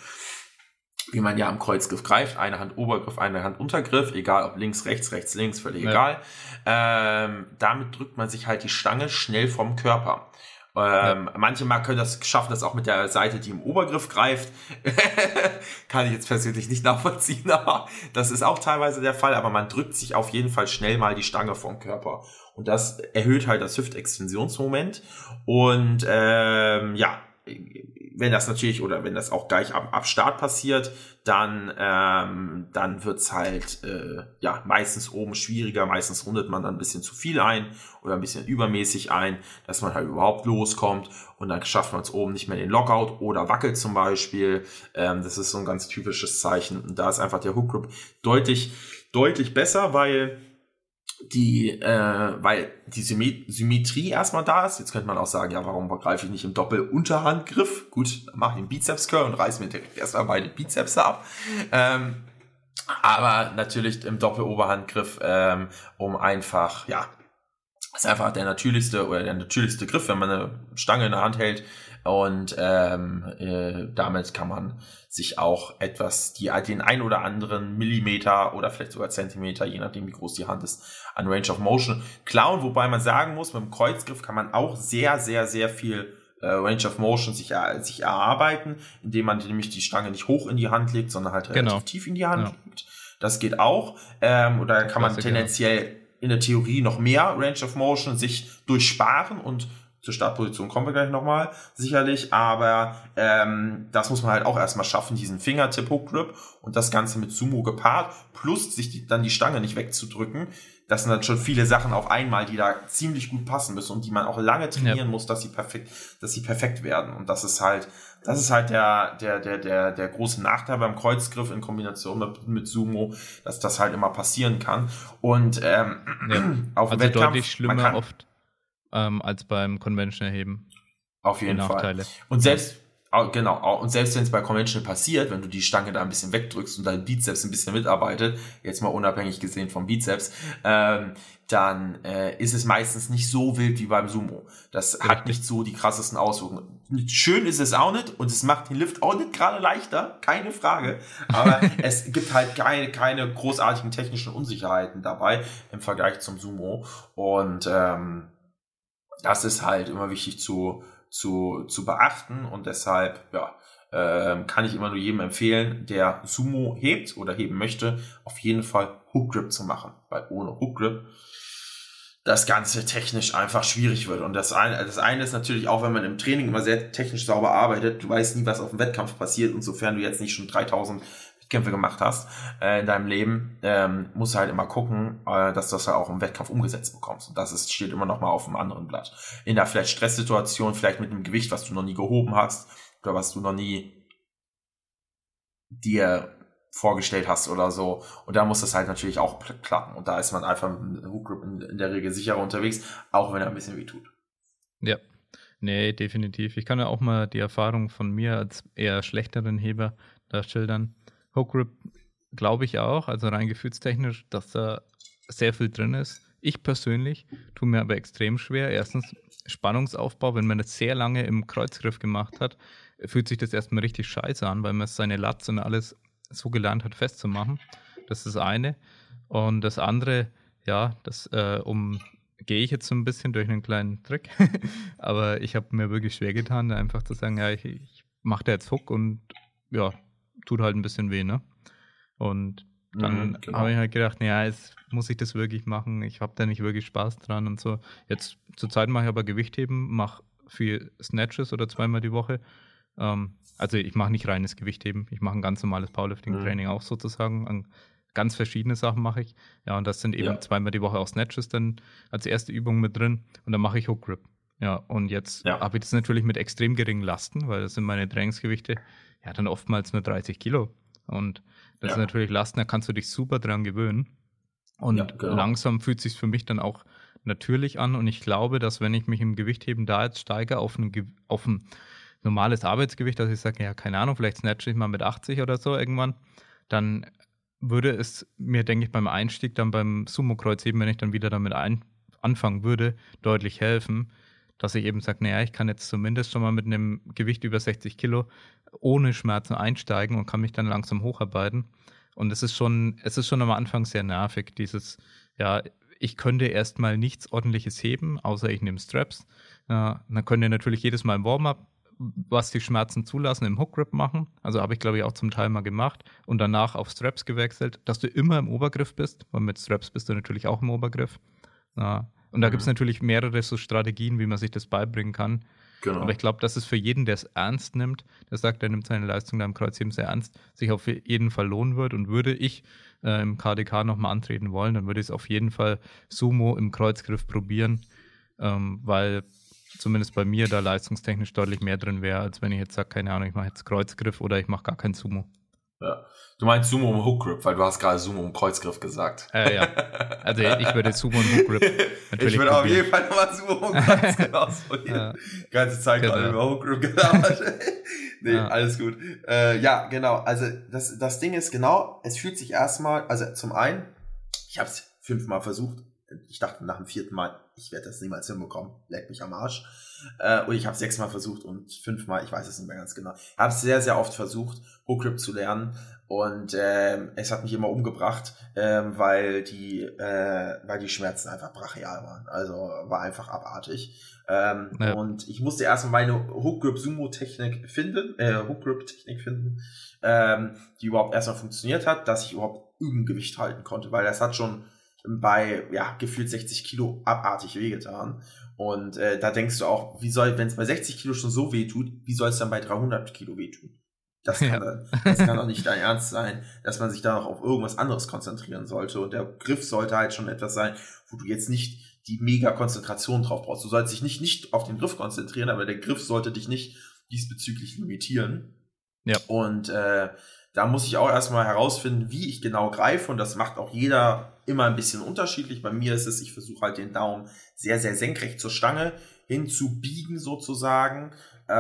wie man ja am Kreuzgriff greift, eine Hand Obergriff, eine Hand Untergriff, egal ob links, rechts, rechts, links, völlig ja. egal. Ähm, damit drückt man sich halt die Stange schnell vom Körper. Ähm, ja. Manche mal können das schaffen, das auch mit der Seite, die im Obergriff greift. Kann ich jetzt persönlich nicht nachvollziehen, aber das ist auch teilweise der Fall. Aber man drückt sich auf jeden Fall schnell mal die Stange vom Körper. Und das erhöht halt das Hüftextensionsmoment. Und ähm, ja, wenn das natürlich, oder wenn das auch gleich ab, ab Start passiert, dann, ähm, dann wird's halt äh, ja meistens oben schwieriger, meistens rundet man dann ein bisschen zu viel ein oder ein bisschen übermäßig ein, dass man halt überhaupt loskommt, und dann schafft man es oben nicht mehr den Lockout oder wackelt zum Beispiel. Ähm, das ist so ein ganz typisches Zeichen, und da ist einfach der Hook Grip deutlich, deutlich besser, weil die, äh, weil die Symmetrie erstmal da ist. Jetzt könnte man auch sagen, ja, warum greife ich nicht im Doppel-Unterhandgriff? Gut, dann mache ich einen Bizeps-Curl und reiße mir direkt erstmal beide Bizeps ab. Ähm, aber natürlich im Doppel-Oberhandgriff, ähm, um einfach, ja, ist einfach der natürlichste oder der natürlichste Griff, wenn man eine Stange in der Hand hält. Und ähm, äh, damit kann man sich auch etwas, die, den ein oder anderen Millimeter oder vielleicht sogar Zentimeter, je nachdem wie groß die Hand ist, an Range of Motion klauen. Wobei man sagen muss, mit dem Kreuzgriff kann man auch sehr, sehr, sehr viel äh, Range of Motion sich, äh, sich erarbeiten, indem man nämlich die Stange nicht hoch in die Hand legt, sondern halt relativ genau. tief in die Hand ja. legt. Das geht auch. Ähm, oder kann man Klassiker. tendenziell in der Theorie noch mehr Range of Motion sich durchsparen und zur Startposition kommen wir gleich nochmal, sicherlich, aber ähm, das muss man halt auch erstmal schaffen, diesen Fingertip-Hook-Grip und das Ganze mit Sumo gepaart, plus sich die, dann die Stange nicht wegzudrücken. Das sind dann schon viele Sachen auf einmal, die da ziemlich gut passen müssen und die man auch lange trainieren ja. muss, dass sie perfekt, dass sie perfekt werden. Und das ist halt, das ist halt der, der, der, der, der große Nachteil beim Kreuzgriff in Kombination mit, mit Sumo, dass das halt immer passieren kann. Und ähm, ja. auf dem also Wettkampf, deutlich schlimmer oft ähm, als beim Conventional Heben. Auf jeden Fall. Und selbst Genau, und selbst wenn es bei Conventional passiert, wenn du die Stange da ein bisschen wegdrückst und dein Bizeps ein bisschen mitarbeitet, jetzt mal unabhängig gesehen vom Bizeps, ähm, dann äh, ist es meistens nicht so wild wie beim Sumo. Das Richtig. hat nicht so die krassesten Auswirkungen. Schön ist es auch nicht und es macht den Lift auch nicht gerade leichter, keine Frage, aber es gibt halt keine, keine großartigen technischen Unsicherheiten dabei im Vergleich zum Sumo und ähm, das ist halt immer wichtig zu zu zu beachten und deshalb ja ähm, kann ich immer nur jedem empfehlen, der Sumo hebt oder heben möchte, auf jeden Fall Hook Grip zu machen, weil ohne Hook Grip das Ganze technisch einfach schwierig wird. Und das eine, das eine ist natürlich auch, wenn man im Training immer sehr technisch sauber arbeitet, du weißt nie, was auf dem Wettkampf passiert und sofern du jetzt nicht schon dreitausend Wettkämpfe gemacht hast äh, in deinem Leben, ähm, musst du halt immer gucken, äh, dass du das halt auch im Wettkampf umgesetzt bekommst. Und das ist, steht immer noch mal auf einem anderen Blatt. In der vielleicht Stresssituation, vielleicht mit einem Gewicht, was du noch nie gehoben hast oder was du noch nie dir vorgestellt hast oder so. Und da muss das halt natürlich auch klappen. Und da ist man einfach mit einem Hook Grip in, in der Regel sicherer unterwegs, auch wenn er ein bisschen weh tut. Ja, nee, definitiv. Ich kann ja auch mal die Erfahrung von mir als eher schlechteren Heber da schildern. Hook Grip glaube ich auch, also rein gefühlstechnisch, dass da sehr viel drin ist. Ich persönlich tue mir aber extrem schwer. Erstens Spannungsaufbau, wenn man das sehr lange im Kreuzgriff gemacht hat, fühlt sich das erstmal richtig scheiße an, weil man seine Lats und alles so gelernt hat festzumachen. Das ist das eine. Und das andere, ja, das äh, um gehe ich jetzt so ein bisschen durch einen kleinen Trick, aber ich habe mir wirklich schwer getan, einfach zu sagen, ja, ich, ich mache da jetzt Hook und ja, tut halt ein bisschen weh, ne? Und dann mhm, genau. habe ich halt gedacht, naja, jetzt muss ich das wirklich machen, ich habe da nicht wirklich Spaß dran und so. Jetzt zurzeit mache ich aber Gewichtheben, mache viel Snatches oder zweimal die Woche. Ähm, also ich mache nicht reines Gewichtheben, ich mache ein ganz normales Powerlifting-Training mhm. auch sozusagen. An ganz verschiedene Sachen mache ich. Ja, und das sind eben ja. zweimal die Woche auch Snatches dann als erste Übung mit drin und dann mache ich Hook Grip. Ja, und jetzt ja. habe ich das natürlich mit extrem geringen Lasten, weil das sind meine Trainingsgewichte, ja, dann oftmals nur dreißig Kilo. Und das ja. sind natürlich Lasten, da kannst du dich super dran gewöhnen. Und ja, genau. langsam fühlt es sich für mich dann auch natürlich an. Und ich glaube, dass wenn ich mich im Gewichtheben da jetzt steige auf ein, auf ein normales Arbeitsgewicht, dass ich sage, ja, keine Ahnung, vielleicht snatche ich mal mit achtzig oder so irgendwann, dann würde es mir, denke ich, beim Einstieg dann beim Sumo-Kreuzheben, wenn ich dann wieder damit ein, anfangen würde, deutlich helfen, dass ich eben sage, naja, ich kann jetzt zumindest schon mal mit einem Gewicht über sechzig Kilo ohne Schmerzen einsteigen und kann mich dann langsam hocharbeiten. Und es ist schon, es ist schon am Anfang sehr nervig, dieses, ja, ich könnte erstmal nichts Ordentliches heben, außer ich nehme Straps. Ja, dann könnt ihr natürlich jedes Mal im Warm-up, was die Schmerzen zulassen, im Hook Grip machen. Also habe ich, glaube ich, auch zum Teil mal gemacht und danach auf Straps gewechselt, dass du immer im Obergriff bist, weil mit Straps bist du natürlich auch im Obergriff. Ja. Und da mhm. gibt es natürlich mehrere so Strategien, wie man sich das beibringen kann. Genau. Aber ich glaube, dass es für jeden, der es ernst nimmt, der sagt, der nimmt seine Leistung da im Kreuzheben sehr ernst, sich auf jeden Fall lohnen wird. Und würde ich äh, im K D K nochmal antreten wollen, dann würde ich es auf jeden Fall Sumo im Kreuzgriff probieren, ähm, weil zumindest bei mir da leistungstechnisch deutlich mehr drin wäre, als wenn ich jetzt sage, keine Ahnung, ich mache jetzt Kreuzgriff oder ich mache gar kein Sumo. Ja. Du meinst Sumo im Hook Grip, weil du hast gerade Sumo im Kreuzgriff gesagt. Äh, ja, also ich würde Sumo im Hook Grip natürlich Ich würde auf jeden Fall nochmal Sumo im Kreuzgriff ausprobieren. Ja. Die ganze Zeit genau. gerade über Hook Grip gelabert. Nee, ja. alles gut. Äh, ja, genau, also das, das Ding ist genau, es fühlt sich erstmal, also zum einen, ich habe es fünfmal versucht, ich dachte nach dem vierten Mal, ich werde das niemals hinbekommen, leck mich am Arsch. Äh, und ich habe sechsmal versucht und fünfmal, ich weiß es nicht mehr ganz genau. Ich habe es sehr, sehr oft versucht, Hook Grip zu lernen und ähm, es hat mich immer umgebracht, ähm, weil die äh, weil die Schmerzen einfach brachial waren. Also war einfach abartig. Ähm, ja. Und ich musste erstmal meine Hook Grip Sumo Technik finden, äh, Hook Grip Technik finden, ähm, die überhaupt erstmal funktioniert hat, dass ich überhaupt irgendein Gewicht halten konnte, weil das hat schon bei, ja, gefühlt sechzig Kilo abartig wehgetan. Und äh, da denkst du auch, wie soll, wenn es bei sechzig Kilo schon so weh tut, wie soll es dann bei dreihundert Kilo wehtun? Das kann, Ja. dann, das kann doch nicht dein Ernst sein, dass man sich da noch auf irgendwas anderes konzentrieren sollte. Und der Griff sollte halt schon etwas sein, wo du jetzt nicht die mega Konzentration drauf brauchst. Du sollst dich nicht, nicht auf den Griff konzentrieren, aber der Griff sollte dich nicht diesbezüglich limitieren. Ja. Und äh, da muss ich auch erstmal herausfinden, wie ich genau greife. Und das macht auch jeder immer ein bisschen unterschiedlich. Bei mir ist es, ich versuche halt den Daumen sehr, sehr senkrecht zur Stange hinzubiegen sozusagen.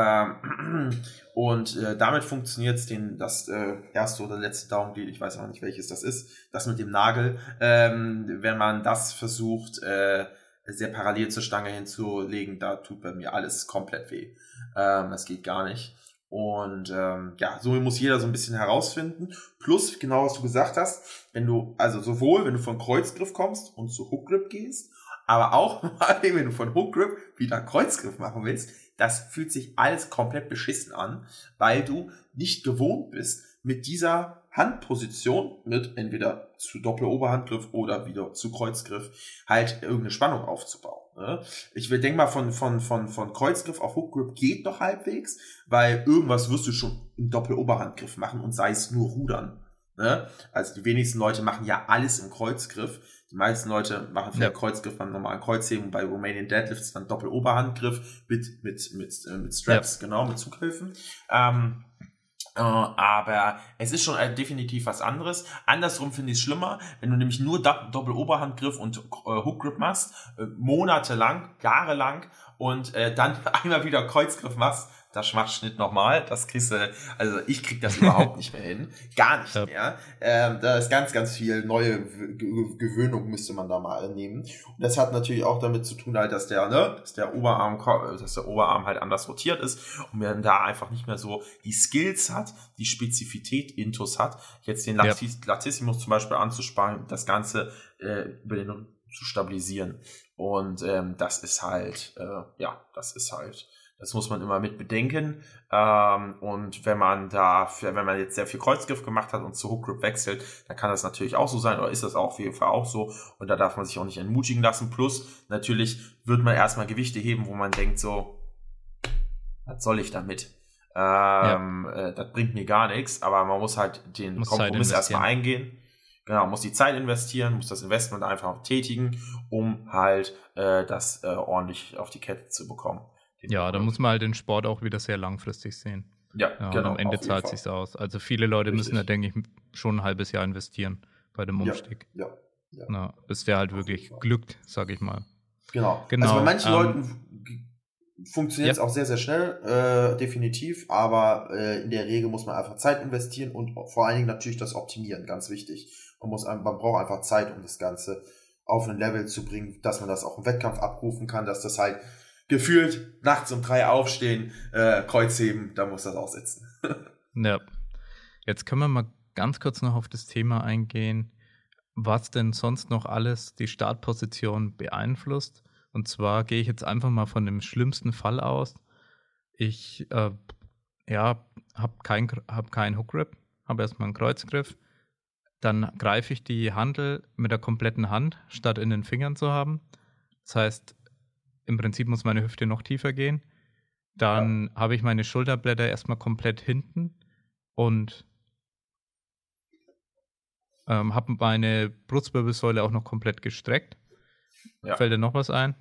Ähm, und äh, damit funktioniert es, den, das äh, erste oder letzte Daumenglied, ich weiß auch nicht, welches das ist, das mit dem Nagel, ähm, wenn man das versucht, äh, sehr parallel zur Stange hinzulegen, da tut bei mir alles komplett weh. Ähm, das geht gar nicht. Und ähm, ja, so muss jeder so ein bisschen herausfinden. Plus, genau was du gesagt hast, wenn du, also sowohl, wenn du von Kreuzgriff kommst und zu Hookgrip gehst, aber auch, wenn du von Hookgrip wieder Kreuzgriff machen willst, das fühlt sich alles komplett beschissen an, weil du nicht gewohnt bist, mit dieser Handposition, mit entweder zu Doppeloberhandgriff oder wieder zu Kreuzgriff, halt irgendeine Spannung aufzubauen. Ne? Ich denke mal, von, von, von, von Kreuzgriff auf Hookgrip geht doch halbwegs, weil irgendwas wirst du schon im Doppeloberhandgriff machen und sei es nur Rudern. Ne? Also die wenigsten Leute machen ja alles im Kreuzgriff. Die meisten Leute machen für Ja. den Kreuzgriff beim normalen Kreuzheben, bei Romanian Deadlifts dann Doppeloberhandgriff mit, mit, mit, äh, mit Straps, ja. Genau, mit Zughilfen. Ähm, äh, aber es ist schon äh, definitiv was anderes. Andersrum finde ich es schlimmer, wenn du nämlich nur Do- Doppeloberhandgriff und äh, Hookgrip machst, äh, monatelang, jahrelang und äh, dann einmal wieder Kreuzgriff machst. Das Schmachschnitt nochmal, das kriegst du, also ich krieg das überhaupt nicht mehr hin, gar nicht Ja. mehr. Ähm, da ist ganz, ganz viel neue G- Gewöhnung müsste man da mal nehmen. Und das hat natürlich auch damit zu tun, halt, dass der, ne, dass der Oberarm, dass der Oberarm halt anders rotiert ist und man da einfach nicht mehr so die Skills hat, die Spezifität Intus hat, jetzt den Latis- Latissimus zum Beispiel anzusparen, das Ganze äh, über den Rücken zu stabilisieren. Und ähm, das ist halt, äh, ja, das ist halt. Das muss man immer mit bedenken. Ähm, und wenn man da, für, wenn man jetzt sehr viel Kreuzgriff gemacht hat und zu Hookgrip wechselt, dann kann das natürlich auch so sein, oder ist das auch auf jeden Fall auch so. Und da darf man sich auch nicht entmutigen lassen. Plus, natürlich wird man erstmal Gewichte heben, wo man denkt so, was soll ich damit? Ähm, ja. äh, das bringt mir gar nichts, aber man muss halt den muss Kompromiss erstmal eingehen. Genau, muss die Zeit investieren, muss das Investment einfach tätigen, um halt äh, das äh, ordentlich auf die Kette zu bekommen. Ja, da muss man halt den Sport auch wieder sehr langfristig sehen. Ja, ja genau. Und am Ende zahlt es sich aus. Also viele Leute Richtig. müssen da, denke ich, schon ein halbes Jahr investieren bei dem Umstieg. Ja, ja, ja. Na, bis der halt wirklich glückt, sag ich mal. Genau. genau. Also bei manchen ähm, Leuten funktioniert es ja. auch sehr, sehr schnell, äh, definitiv, aber äh, in der Regel muss man einfach Zeit investieren und vor allen Dingen natürlich das Optimieren, ganz wichtig. Man, muss, man braucht einfach Zeit, um das Ganze auf ein Level zu bringen, dass man das auch im Wettkampf abrufen kann, dass das halt gefühlt nachts um drei aufstehen, äh, Kreuzheben, da muss das auch sitzen. Ja. Jetzt können wir mal ganz kurz noch auf das Thema eingehen, was denn sonst noch alles die Startposition beeinflusst. Und zwar gehe ich jetzt einfach mal von dem schlimmsten Fall aus. Ich äh, ja, habe kein, hab keinen Hookgrip, habe erstmal einen Kreuzgriff. Dann greife ich die Handel mit der kompletten Hand, statt in den Fingern zu haben. Das heißt, im Prinzip muss meine Hüfte noch tiefer gehen. Dann ja. habe ich meine Schulterblätter erstmal komplett hinten und ähm, habe meine Brustwirbelsäule auch noch komplett gestreckt. Ja. Fällt dir noch was ein?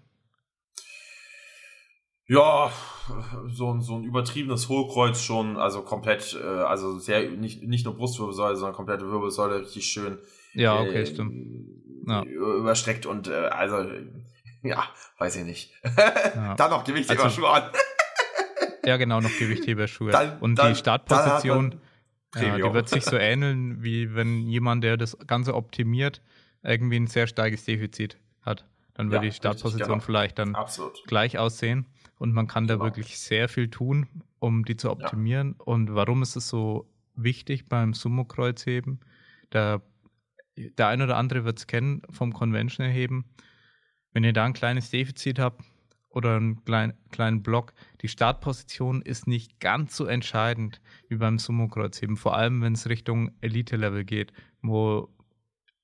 Ja, so ein, so ein übertriebenes Hohlkreuz schon, also komplett, äh, also sehr, nicht, nicht nur Brustwirbelsäule, sondern komplette Wirbelsäule richtig schön. Ja, okay, äh, stimmt. Ja. Überstreckt und, äh, also, ja, weiß ich nicht. Ja. Dann noch Gewichtheberschuhe also, an. Ja, genau, noch Gewichtheberschuhe. Dann, und dann, die Startposition, ja, die wird sich so ähneln, wie wenn jemand, der das Ganze optimiert, irgendwie ein sehr starkes Defizit hat. Dann wird ja, die Startposition richtig, genau. vielleicht dann Absolut. gleich aussehen. Und man kann genau. da wirklich sehr viel tun, um die zu optimieren. Ja. Und warum ist es so wichtig beim Sumo-Kreuzheben? Der, der ein oder andere wird es kennen vom Conventional-Heben. Wenn ihr da ein kleines Defizit habt oder einen klein, kleinen Block, die Startposition ist nicht ganz so entscheidend wie beim Sumo-Kreuzheben. Vor allem, wenn es Richtung Elite-Level geht, wo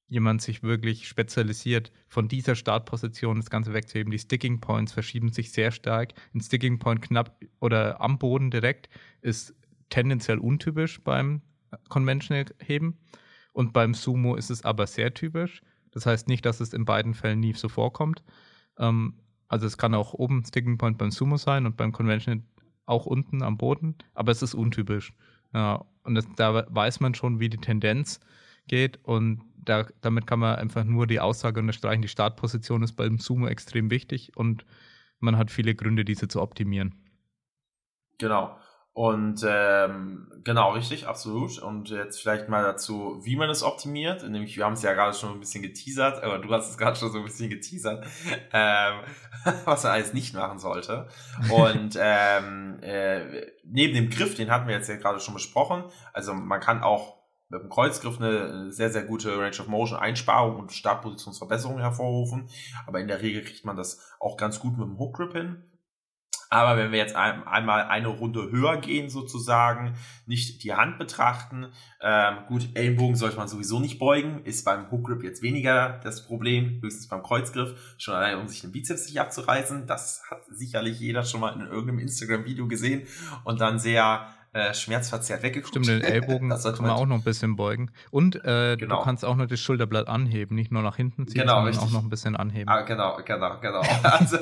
jemand sich wirklich spezialisiert, von dieser Startposition das Ganze wegzuheben. Die Sticking Points verschieben sich sehr stark. Ein Sticking Point knapp oder am Boden direkt ist tendenziell untypisch beim Conventional Heben und beim Sumo ist es aber sehr typisch. Das heißt nicht, dass es in beiden Fällen nie so vorkommt. Ähm, also es kann auch oben Sticking Point beim Sumo sein und beim Conventional auch unten am Boden, aber es ist untypisch. Ja, und das, da weiß man schon, wie die Tendenz geht und da, damit kann man einfach nur die Aussage unterstreichen, die Startposition ist beim Sumo extrem wichtig und man hat viele Gründe, diese zu optimieren. Genau. Und ähm, genau, richtig, absolut. Und jetzt vielleicht mal dazu, wie man es optimiert. Nämlich, wir haben es ja gerade schon ein bisschen geteasert, aber du hast es gerade schon so ein bisschen geteasert, ähm, was man alles nicht machen sollte. Und ähm, äh, neben dem Griff, den hatten wir jetzt ja gerade schon besprochen, also man kann auch mit dem Kreuzgriff eine sehr, sehr gute Range of Motion Einsparung und Startpositionsverbesserung hervorrufen. Aber in der Regel kriegt man das auch ganz gut mit dem Hook Grip hin. Aber wenn wir jetzt ein, einmal eine Runde höher gehen sozusagen, nicht die Hand betrachten, ähm, gut, Ellenbogen sollte man sowieso nicht beugen, ist beim Hook Grip jetzt weniger das Problem, höchstens beim Kreuzgriff, schon allein um sich den Bizeps nicht abzureißen. Das hat sicherlich jeder schon mal in irgendeinem Instagram-Video gesehen und dann sehr äh, schmerzverzerrt weggeguckt. Stimmt, den Ellbogen kann man auch noch ein bisschen beugen. Und äh, genau. Du kannst auch noch das Schulterblatt anheben, nicht nur nach hinten ziehen, genau, sondern richtig. auch noch ein bisschen anheben. Ah, genau, genau, genau. Also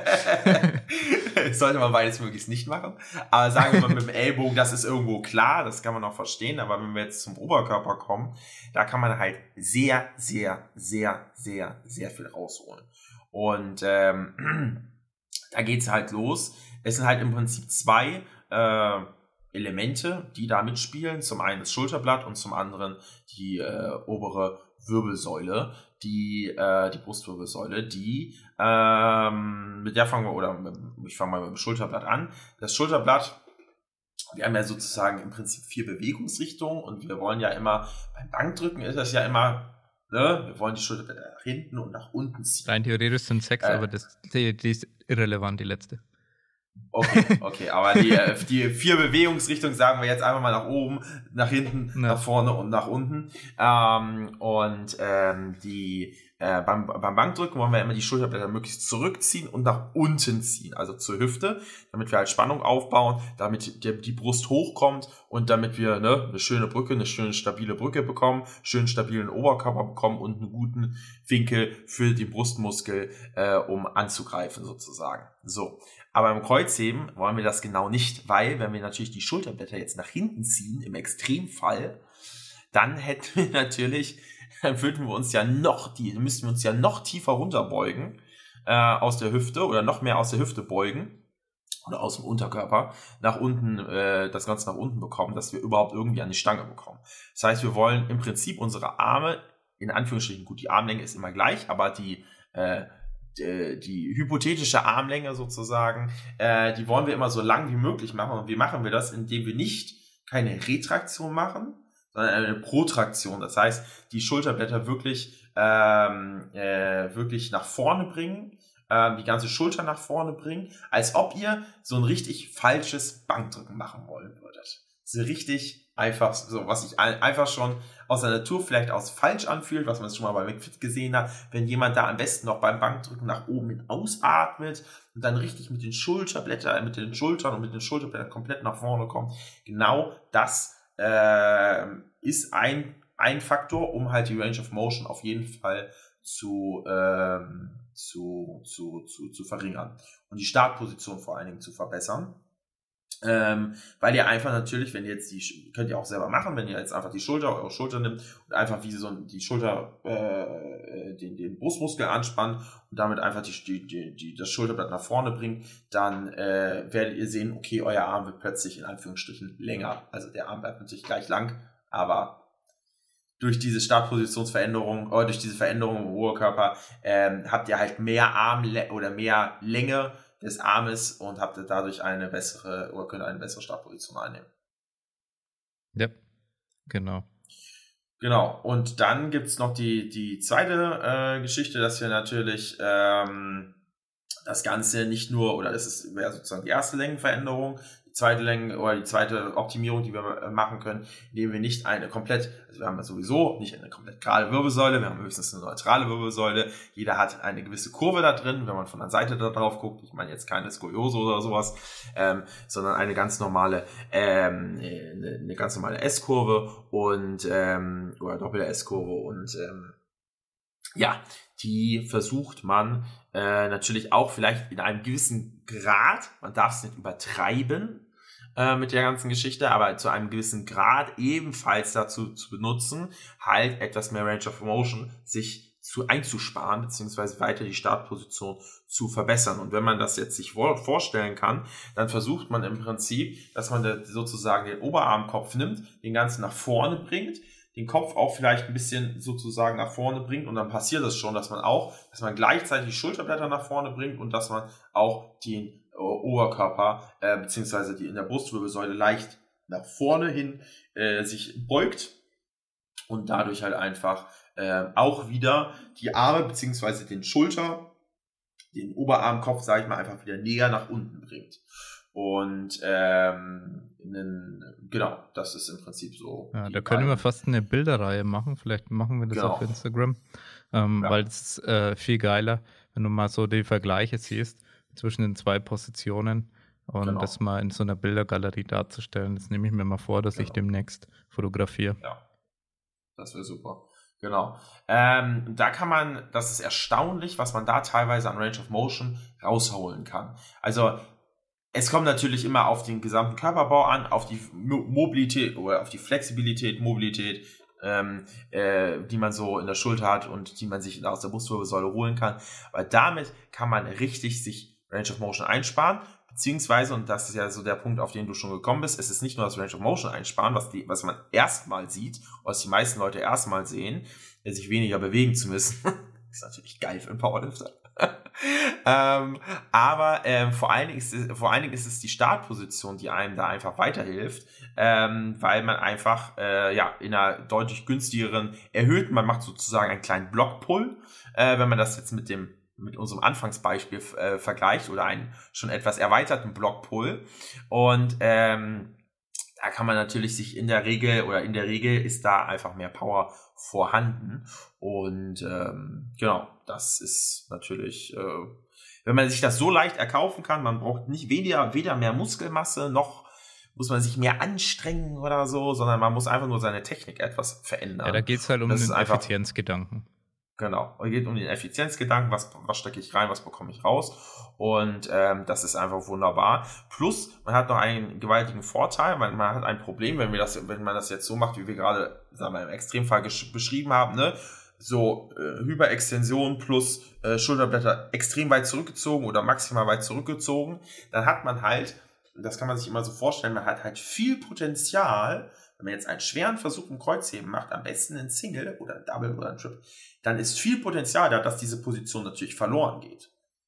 sollte man beides möglichst nicht machen. Aber sagen wir mal mit dem Ellbogen, das ist irgendwo klar, das kann man auch verstehen. Aber wenn wir jetzt zum Oberkörper kommen, da kann man halt sehr, sehr, sehr, sehr, sehr viel rausholen. Und ähm, da geht's halt los. Es sind halt im Prinzip zwei äh, Elemente, die da mitspielen. Zum einen das Schulterblatt und zum anderen die äh, obere Wirbelsäule, die äh, die Brustwirbelsäule, die ähm, mit der fangen wir, oder mit, ich fange mal mit dem Schulterblatt an. Das Schulterblatt, wir haben ja sozusagen im Prinzip vier Bewegungsrichtungen und wir wollen ja immer, beim Bankdrücken ist das ja immer, ne, wir wollen die Schulterblätter nach hinten und nach unten ziehen. Rein theoretisch sind sechs, äh, aber das, die, die ist irrelevant, die letzte. Okay, okay, aber die, die vier Bewegungsrichtungen sagen wir jetzt einfach mal nach oben, nach hinten, ja. nach vorne und nach unten. Ähm, und ähm, die äh, beim, beim Bankdrücken wollen wir immer die Schulterblätter möglichst zurückziehen und nach unten ziehen, also zur Hüfte, damit wir halt Spannung aufbauen, damit die, die Brust hochkommt und damit wir ne, eine schöne Brücke, eine schöne stabile Brücke bekommen, schön stabilen Oberkörper bekommen und einen guten Winkel für den Brustmuskel, äh, um anzugreifen sozusagen. So. Aber im Kreuzheben wollen wir das genau nicht, weil wenn wir natürlich die Schulterblätter jetzt nach hinten ziehen, im Extremfall, dann hätten wir natürlich, dann würden wir uns ja noch, die müssten wir uns ja noch tiefer runterbeugen äh, aus der Hüfte oder noch mehr aus der Hüfte beugen oder aus dem Unterkörper nach unten, äh, das Ganze nach unten bekommen, dass wir überhaupt irgendwie an die Stange bekommen. Das heißt, wir wollen im Prinzip unsere Arme, in Anführungsstrichen, gut, die Armlänge ist immer gleich, aber die äh, Die, die hypothetische Armlänge sozusagen, äh, die wollen wir immer so lang wie möglich machen. Und wie machen wir das? Indem wir nicht keine Retraktion machen, sondern eine Protraktion. Das heißt, die Schulterblätter wirklich, ähm, äh, wirklich nach vorne bringen, äh, die ganze Schulter nach vorne bringen, als ob ihr so ein richtig falsches Bankdrücken machen wollen würdet. So richtig einfach, so was sich einfach schon aus der Natur vielleicht aus falsch anfühlt, was man schon mal bei McFit gesehen hat, wenn jemand da am besten noch beim Bankdrücken nach oben hin ausatmet und dann richtig mit den Schulterblättern, mit den Schultern und mit den Schulterblättern komplett nach vorne kommt. Genau das äh, ist ein, ein Faktor, um halt die Range of Motion auf jeden Fall zu, ähm, zu, zu, zu, zu verringern und die Startposition vor allen Dingen zu verbessern. Ähm, weil ihr einfach natürlich, wenn ihr jetzt die, könnt ihr auch selber machen, wenn ihr jetzt einfach die Schulter, eure Schulter nimmt und einfach wie so die Schulter, äh, den, den Brustmuskel anspannt und damit einfach die, die, die, die, das Schulterblatt nach vorne bringt, dann äh, werdet ihr sehen, okay, euer Arm wird plötzlich in Anführungsstrichen länger. Also der Arm bleibt natürlich gleich lang, aber durch diese Startpositionsveränderung, oder durch diese Veränderung im Oberkörper, ähm, habt ihr halt mehr Arm oder mehr Länge des Armes und habt dadurch eine bessere oder könnt eine bessere Startposition einnehmen. Ja, genau. Genau, und dann gibt es noch die, die zweite äh, Geschichte, dass wir natürlich ähm, das Ganze nicht nur, oder das ist wäre sozusagen die erste Längenveränderung, die zweite Länge oder die zweite Optimierung, die wir machen können, indem wir nicht eine komplett, also wir haben ja sowieso nicht eine komplett gerade Wirbelsäule, wir haben höchstens eine neutrale Wirbelsäule, jeder hat eine gewisse Kurve da drin, wenn man von der Seite da drauf guckt, ich meine jetzt keine Skoliose oder sowas, ähm, sondern eine ganz normale, ähm, eine, eine ganz normale S-Kurve und, ähm, oder doppelte S-Kurve und, ähm, ja, die versucht man äh, natürlich auch vielleicht in einem gewissen Grad, man darf es nicht übertreiben äh, mit der ganzen Geschichte, aber zu einem gewissen Grad ebenfalls dazu zu benutzen, halt etwas mehr Range of Motion sich zu einzusparen, beziehungsweise weiter die Startposition zu verbessern. Und wenn man das jetzt sich vorstellen kann, dann versucht man im Prinzip, dass man sozusagen den Oberarmkopf nimmt, den ganzen nach vorne bringt, den Kopf auch vielleicht ein bisschen sozusagen nach vorne bringt und dann passiert es schon, dass man auch, dass man gleichzeitig die Schulterblätter nach vorne bringt und dass man auch den äh, Oberkörper äh, beziehungsweise die in der Brustwirbelsäule leicht nach vorne hin äh, sich beugt und dadurch halt einfach äh, auch wieder die Arme beziehungsweise den Schulter, den Oberarmkopf, sage ich mal, einfach wieder näher nach unten bringt. Und ähm, in, genau, das ist im Prinzip so. Ja, da können wir fast eine Bilderreihe machen. Vielleicht machen wir das genau. auf Instagram, ähm, ja. weil es ist äh, viel geiler, wenn du mal so die Vergleiche siehst zwischen den zwei Positionen und genau. das mal in so einer Bildergalerie darzustellen. Das nehme ich mir mal vor, dass genau. ich demnächst fotografiere. Ja, das wäre super. Genau. Ähm, da kann man, das ist erstaunlich, was man da teilweise an Range of Motion rausholen kann. Also es kommt natürlich immer auf den gesamten Körperbau an, auf die Mobilität oder auf die Flexibilität, Mobilität, ähm, äh, die man so in der Schulter hat und die man sich aus der Brustwirbelsäule holen kann. Weil damit kann man richtig sich Range of Motion einsparen, beziehungsweise, und das ist ja so der Punkt, auf den du schon gekommen bist, es ist nicht nur das Range of Motion einsparen, was, die, was man erstmal sieht, was die meisten Leute erstmal sehen, sich weniger bewegen zu müssen. Das ist natürlich geil für einen Powerlifter. ähm, aber ähm, vor, allen Dingen ist es, vor allen Dingen ist es die Startposition, die einem da einfach weiterhilft, ähm, weil man einfach äh, ja in einer deutlich günstigeren erhöhten, man macht sozusagen einen kleinen Blockpull, äh, wenn man das jetzt mit dem mit unserem Anfangsbeispiel äh, vergleicht oder einen schon etwas erweiterten Blockpull und ähm, da kann man natürlich sich in der Regel oder in der Regel ist da einfach mehr Power vorhanden und ähm, genau, das ist natürlich, äh, wenn man sich das so leicht erkaufen kann, man braucht nicht weniger, weder mehr Muskelmasse, noch muss man sich mehr anstrengen oder so, sondern man muss einfach nur seine Technik etwas verändern. Ja, da geht es halt um das den Effizienzgedanken. Genau, es geht um den Effizienzgedanken, was, was stecke ich rein, was bekomme ich raus und ähm, das ist einfach wunderbar. Plus, man hat noch einen gewaltigen Vorteil, weil man hat ein Problem, wenn wir das, wenn man das jetzt so macht, wie wir gerade, sagen wir, im Extremfall gesch- beschrieben haben, ne, so äh, Hyperextension plus äh, Schulterblätter extrem weit zurückgezogen oder maximal weit zurückgezogen, dann hat man halt, das kann man sich immer so vorstellen, man hat halt viel Potenzial. Wenn man jetzt einen schweren Versuch im Kreuzheben macht, am besten in Single oder Double oder Triple, dann ist viel Potenzial da, dass diese Position natürlich verloren geht.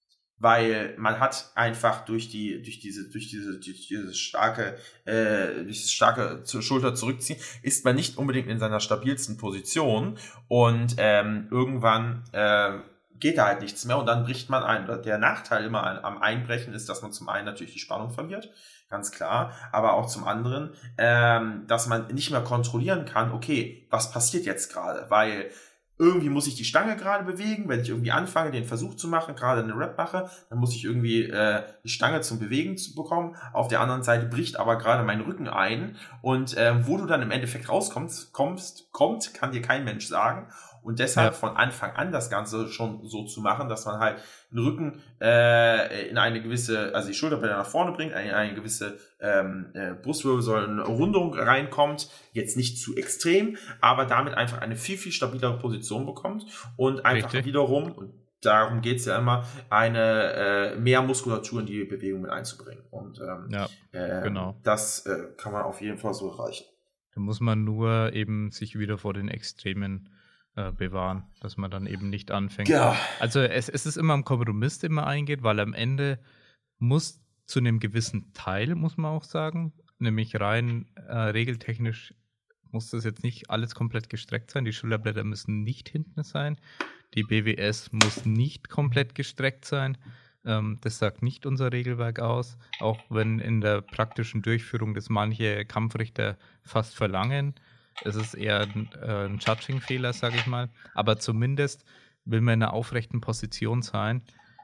Weil man hat einfach durch die, durch diese, durch diese, durch dieses starke, äh, dieses starke Schulter zurückziehen, ist man nicht unbedingt in seiner stabilsten Position und ähm, irgendwann äh, geht da halt nichts mehr und dann bricht man ein. Der Nachteil immer an, am Einbrechen ist, dass man zum einen natürlich die Spannung verliert, ganz klar, aber auch zum anderen, ähm, dass man nicht mehr kontrollieren kann, okay, was passiert jetzt gerade, weil irgendwie muss ich die Stange gerade bewegen, wenn ich irgendwie anfange, den Versuch zu machen, gerade eine Rep mache, dann muss ich irgendwie äh, die Stange zum Bewegen zu bekommen. Auf der anderen Seite bricht aber gerade mein Rücken ein und äh, wo du dann im Endeffekt rauskommst, kommst, kommt, kann dir kein Mensch sagen. Und deshalb ja. von Anfang an das Ganze schon so zu machen, dass man halt den Rücken äh, in eine gewisse, also die Schulterblätter nach vorne bringt, in eine gewisse ähm, äh, Brustwirbelsäulenrundung reinkommt, jetzt nicht zu extrem, aber damit einfach eine viel, viel stabilere Position bekommt und einfach Richtig. wiederum, und darum geht es ja immer, eine äh, mehr Muskulatur in die Bewegung mit einzubringen. Und ähm, ja, äh, genau. das äh, kann man auf jeden Fall so erreichen. Da muss man nur eben sich wieder vor den Extremen bewahren, dass man dann eben nicht anfängt. Ja. Also es, es ist immer ein Kompromiss, den man eingeht, weil am Ende muss zu einem gewissen Teil, muss man auch sagen, nämlich rein äh, regeltechnisch muss das jetzt nicht alles komplett gestreckt sein. Die Schulterblätter müssen nicht hinten sein. Die B W S muss nicht komplett gestreckt sein. Ähm, das sagt nicht unser Regelwerk aus, auch wenn in der praktischen Durchführung das manche Kampfrichter fast verlangen. Es ist eher ein, äh, ein Judging-Fehler, sage ich mal. Aber zumindest will man in einer aufrechten Position sein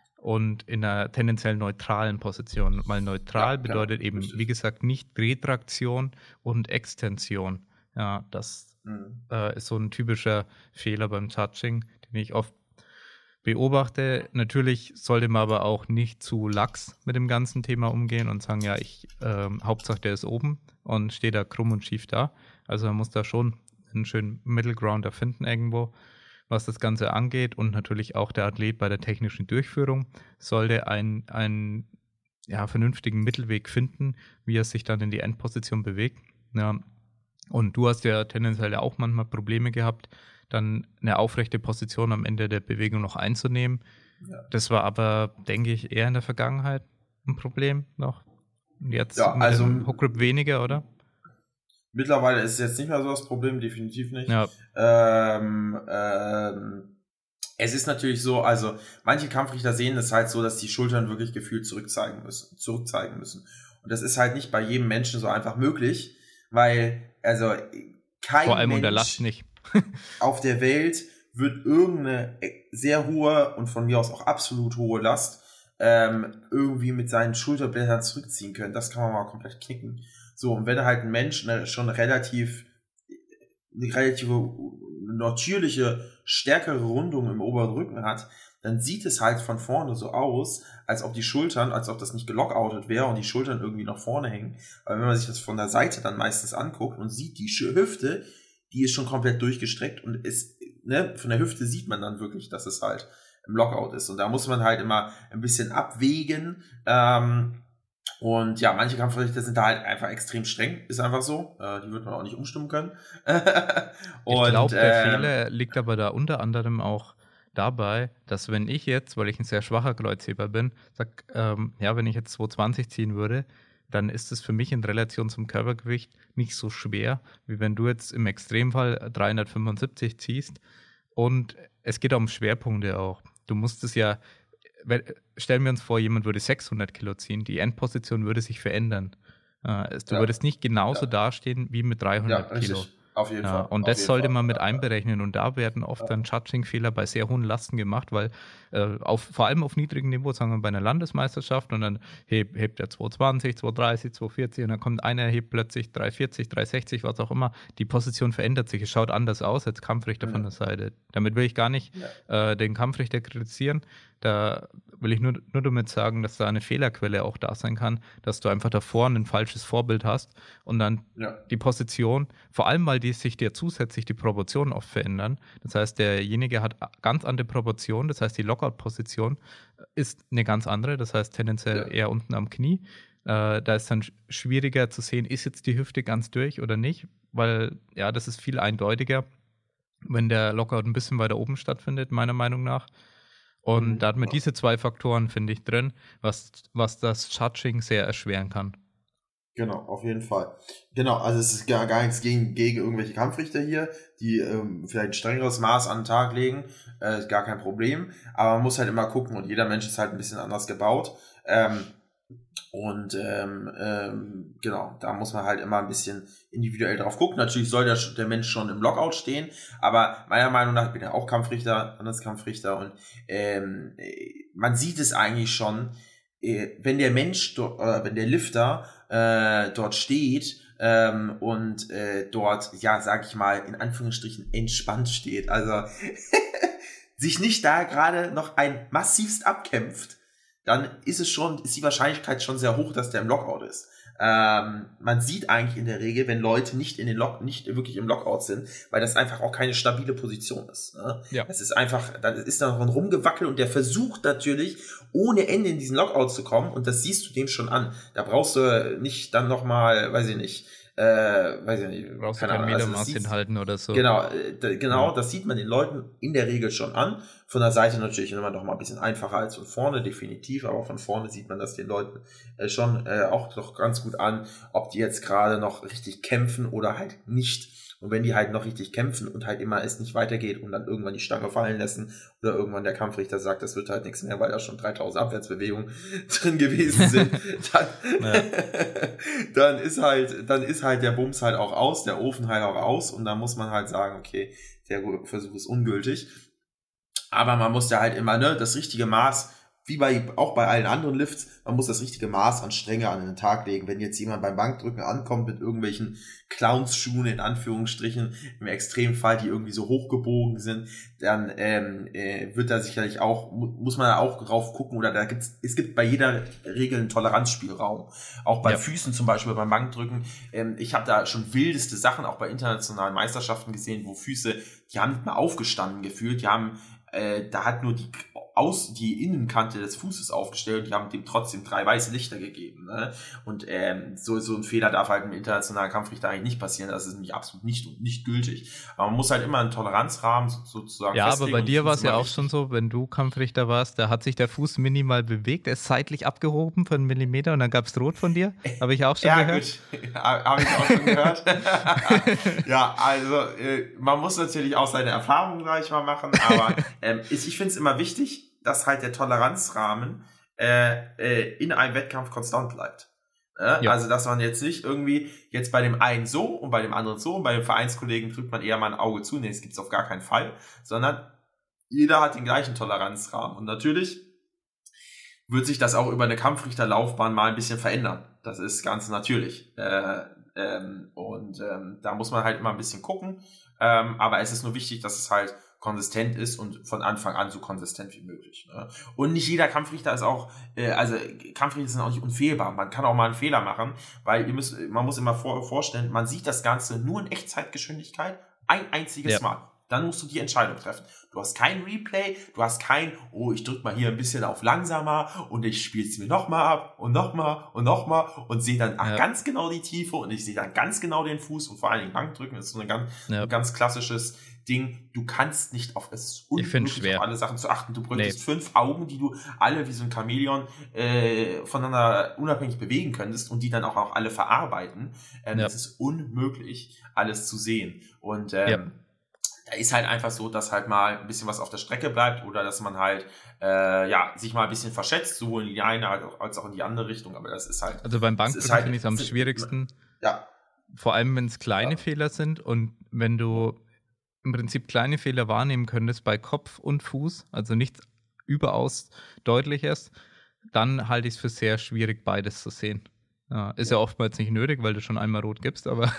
und in einer tendenziell neutralen Position. Weil neutral ja, bedeutet ja, eben, richtig. Wie gesagt, nicht Retraktion und Extension. Ja, das mhm. äh, ist so ein typischer Fehler beim Judging, den ich oft beobachte. Natürlich sollte man aber auch nicht zu lax mit dem ganzen Thema umgehen und sagen, ja, ich, ähm, Hauptsache der ist oben und steht da krumm und schief da. Also man muss da schon einen schönen Middle Ground erfinden irgendwo, was das Ganze angeht. Und natürlich auch der Athlet bei der technischen Durchführung sollte einen, einen ja, vernünftigen Mittelweg finden, wie er sich dann in die Endposition bewegt. Ja. Und du hast ja tendenziell auch manchmal Probleme gehabt, dann eine aufrechte Position am Ende der Bewegung noch einzunehmen. Ja. Das war aber, denke ich, eher in der Vergangenheit ein Problem noch. Und jetzt ja, mit also, dem Hookgrip weniger, oder? Mittlerweile ist es jetzt nicht mehr so das Problem, definitiv nicht. Ja. Ähm, ähm, es ist natürlich so, also manche Kampfrichter sehen es halt so, dass die Schultern wirklich gefühlt zurückzeigen müssen, zurückzeigen müssen. Und das ist halt nicht bei jedem Menschen so einfach möglich, weil, also kein Vor allem Mensch unter Last nicht. auf der Welt wird irgendeine sehr hohe und von mir aus auch absolut hohe Last ähm, irgendwie mit seinen Schulterblättern zurückziehen können. Das kann man mal komplett knicken. So, und wenn halt ein Mensch eine, schon relativ eine relative natürliche, stärkere Rundung im oberen Rücken hat, dann sieht es halt von vorne so aus, als ob die Schultern, als ob das nicht gelockoutet wäre und die Schultern irgendwie nach vorne hängen. Aber wenn man sich das von der Seite dann meistens anguckt und sieht, die Hüfte, die ist schon komplett durchgestreckt und ist, ne, von der Hüfte sieht man dann wirklich, dass es halt im Lockout ist. Und da muss man halt immer ein bisschen abwägen. Ähm, und ja, manche Kampfrichter sind da halt einfach extrem streng, ist einfach so. Äh, die wird man auch nicht umstimmen können. Und, ich glaube, der ähm, Fehler liegt aber da unter anderem auch dabei, dass wenn ich jetzt, weil ich ein sehr schwacher Kreuzheber bin, sag, ähm, ja, wenn ich jetzt zweihundertzwanzig ziehen würde, dann ist es für mich in Relation zum Körpergewicht nicht so schwer, wie wenn du jetzt im Extremfall dreihundertfünfundsiebzig ziehst. Und es geht auch um Schwerpunkte auch. Du musst es ja, stellen wir uns vor, jemand würde sechshundert Kilo ziehen, die Endposition würde sich verändern. Du ja. würdest nicht genauso ja. dastehen wie mit dreihundert ja, Kilo. Auf jeden ja, Fall. Und auf das jeden sollte Fall. man mit ja, einberechnen. Und da werden oft dann Judging-Fehler bei sehr hohen Lasten gemacht, weil äh, auf, vor allem auf niedrigem Niveau, sagen wir bei einer Landesmeisterschaft, und dann heb, hebt er zweihundertzwanzig, zweihundertdreißig, zweihundertvierzig und dann kommt einer, hebt plötzlich dreihundertvierzig, dreihundertsechzig, was auch immer. Die Position verändert sich. Es schaut anders aus als Kampfrichter ja. von der Seite. Damit will ich gar nicht ja. äh, den Kampfrichter kritisieren. Da will ich nur, nur damit sagen, dass da eine Fehlerquelle auch da sein kann, dass du einfach davor ein falsches Vorbild hast und dann ja. die Position, vor allem weil die sich dir zusätzlich die Proportionen oft verändern. Das heißt, derjenige hat ganz andere Proportionen, das heißt, die Lockout-Position ist eine ganz andere, das heißt tendenziell ja. eher unten am Knie. Äh, da ist dann schwieriger zu sehen, ist jetzt die Hüfte ganz durch oder nicht, weil ja, das ist viel eindeutiger, wenn der Lockout ein bisschen weiter oben stattfindet, meiner Meinung nach. Und mhm. da hat man diese zwei Faktoren, finde ich, drin, was, was das Judging sehr erschweren kann. Genau, auf jeden Fall. Genau, also es ist gar, gar nichts gegen, gegen irgendwelche Kampfrichter hier, die ähm, vielleicht ein strengeres Maß an den Tag legen, äh, ist gar kein Problem. Aber man muss halt immer gucken und jeder Mensch ist halt ein bisschen anders gebaut. Ähm, und ähm, ähm, genau, da muss man halt immer ein bisschen individuell drauf gucken. Natürlich soll der, der Mensch schon im Lockout stehen, aber meiner Meinung nach, ich bin ja auch Kampfrichter, Landeskampfrichter und ähm, man sieht es eigentlich schon, äh, wenn der Mensch, do, äh, wenn der Lifter äh, dort steht ähm, und äh, dort, ja, sag ich mal, in Anführungsstrichen entspannt steht, also sich nicht da gerade noch ein massivst abkämpft, dann ist es schon, ist die Wahrscheinlichkeit schon sehr hoch, dass der im Lockout ist. Ähm, man sieht eigentlich in der Regel, wenn Leute nicht in den Lock, nicht wirklich im Lockout sind, weil das einfach auch keine stabile Position ist. Ne? Ja. Das ist einfach, dann ist da noch ein Rumgewackel und der versucht natürlich ohne Ende in diesen Lockout zu kommen und das siehst du dem schon an. Da brauchst du nicht dann nochmal, weiß ich nicht, äh, weiß ich nicht, brauchst du kein Metermaß also hinhalten oder so. Genau, äh, genau, ja. Das sieht man den Leuten in der Regel schon an. Von der Seite natürlich immer noch mal ein bisschen einfacher als von vorne, definitiv, aber von vorne sieht man das den Leuten äh, schon äh, auch doch ganz gut an, ob die jetzt gerade noch richtig kämpfen oder halt nicht. Und wenn die halt noch richtig kämpfen und halt immer es nicht weitergeht und dann irgendwann die Stange fallen lassen oder irgendwann der Kampfrichter sagt, das wird halt nichts mehr, weil da schon dreitausend Abwärtsbewegungen drin gewesen sind, dann, ja. dann ist halt, dann ist halt der Bums halt auch aus, der Ofen halt auch aus und dann muss man halt sagen, okay, der Versuch ist ungültig. Aber man muss ja halt immer, ne, das richtige Maß, wie bei, auch bei allen anderen Lifts, man muss das richtige Maß an Strenge an den Tag legen. Wenn jetzt jemand beim Bankdrücken ankommt mit irgendwelchen Clownsschuhen, in Anführungsstrichen, im Extremfall, die irgendwie so hochgebogen sind, dann ähm, äh, wird da sicherlich auch, muss man da auch drauf gucken, oder da gibt's, es gibt bei jeder Regel einen Toleranzspielraum. Auch bei ja. Füßen zum Beispiel, beim Bankdrücken. Ähm, ich habe da schon wildeste Sachen auch bei internationalen Meisterschaften gesehen, wo Füße, die haben nicht mal aufgestanden gefühlt, die haben Äh, da hat nur die aus die Innenkante des Fußes aufgestellt und die haben dem trotzdem drei weiße Lichter gegeben. Ne? Und ähm, so, so ein Fehler darf halt im internationalen Kampfrichter eigentlich nicht passieren. Das ist nämlich absolut nicht, nicht gültig. Aber man muss halt immer einen Toleranzrahmen sozusagen ja, festlegen. Ja, aber bei dir war es ja auch schon so, wenn du Kampfrichter warst, da hat sich der Fuß minimal bewegt, er ist seitlich abgehoben für einen Millimeter und dann gab es Rot von dir. Habe ich auch schon ja, gehört. Ja, habe ich auch schon gehört. Ja, also äh, man muss natürlich auch seine Erfahrungen gleich mal machen, aber ähm, ich, ich finde es immer wichtig, dass halt der Toleranzrahmen äh, äh, in einem Wettkampf konstant bleibt. Äh? Ja. Also, dass man jetzt nicht irgendwie jetzt bei dem einen so und bei dem anderen so und bei dem Vereinskollegen drückt man eher mal ein Auge zu. Nee, das gibt's auf gar keinen Fall. Sondern jeder hat den gleichen Toleranzrahmen. Und natürlich wird sich das auch über eine Kampfrichterlaufbahn mal ein bisschen verändern. Das ist ganz natürlich. Äh, ähm, und ähm, da muss man halt immer ein bisschen gucken. Ähm, aber es ist nur wichtig, dass es halt konsistent ist und von Anfang an so konsistent wie möglich. Ne? Und nicht jeder Kampfrichter ist auch, äh, also Kampfrichter sind auch nicht unfehlbar. Man kann auch mal einen Fehler machen, weil ihr müsst, man muss immer vor, vorstellen, man sieht das Ganze nur in Echtzeitgeschwindigkeit ein einziges ja. Mal. Dann musst du die Entscheidung treffen. Du hast kein Replay, du hast kein, oh, ich drück mal hier ein bisschen auf langsamer und ich spiele es mir nochmal ab und nochmal und nochmal und sehe dann ja. ganz genau die Tiefe und ich sehe dann ganz genau den Fuß und vor allen Dingen Bankdrücken ist so ein ganz, ja. ein ganz klassisches Ding. Du kannst nicht auf, es ist unmöglich, auf alle Sachen zu achten. Du bräuchtest nee. fünf Augen, die du alle wie so ein Chamäleon äh, voneinander unabhängig bewegen könntest und die dann auch, auch alle verarbeiten. Ähm, ja. Es ist unmöglich, alles zu sehen. Und ähm, ja. da ist halt einfach so, dass halt mal ein bisschen was auf der Strecke bleibt oder dass man halt äh, ja sich mal ein bisschen verschätzt, sowohl in die eine als auch in die andere Richtung. Aber das ist halt... Also beim Bankdrücken halt, finde ich es am schwierigsten. Ja. Vor allem, wenn es kleine ja. Fehler sind und wenn du im Prinzip kleine Fehler wahrnehmen könntest bei Kopf und Fuß, also nichts überaus Deutliches, dann halte ich es für sehr schwierig, beides zu sehen. Ja, ist ja oftmals nicht nötig, weil du schon einmal rot gibst, aber,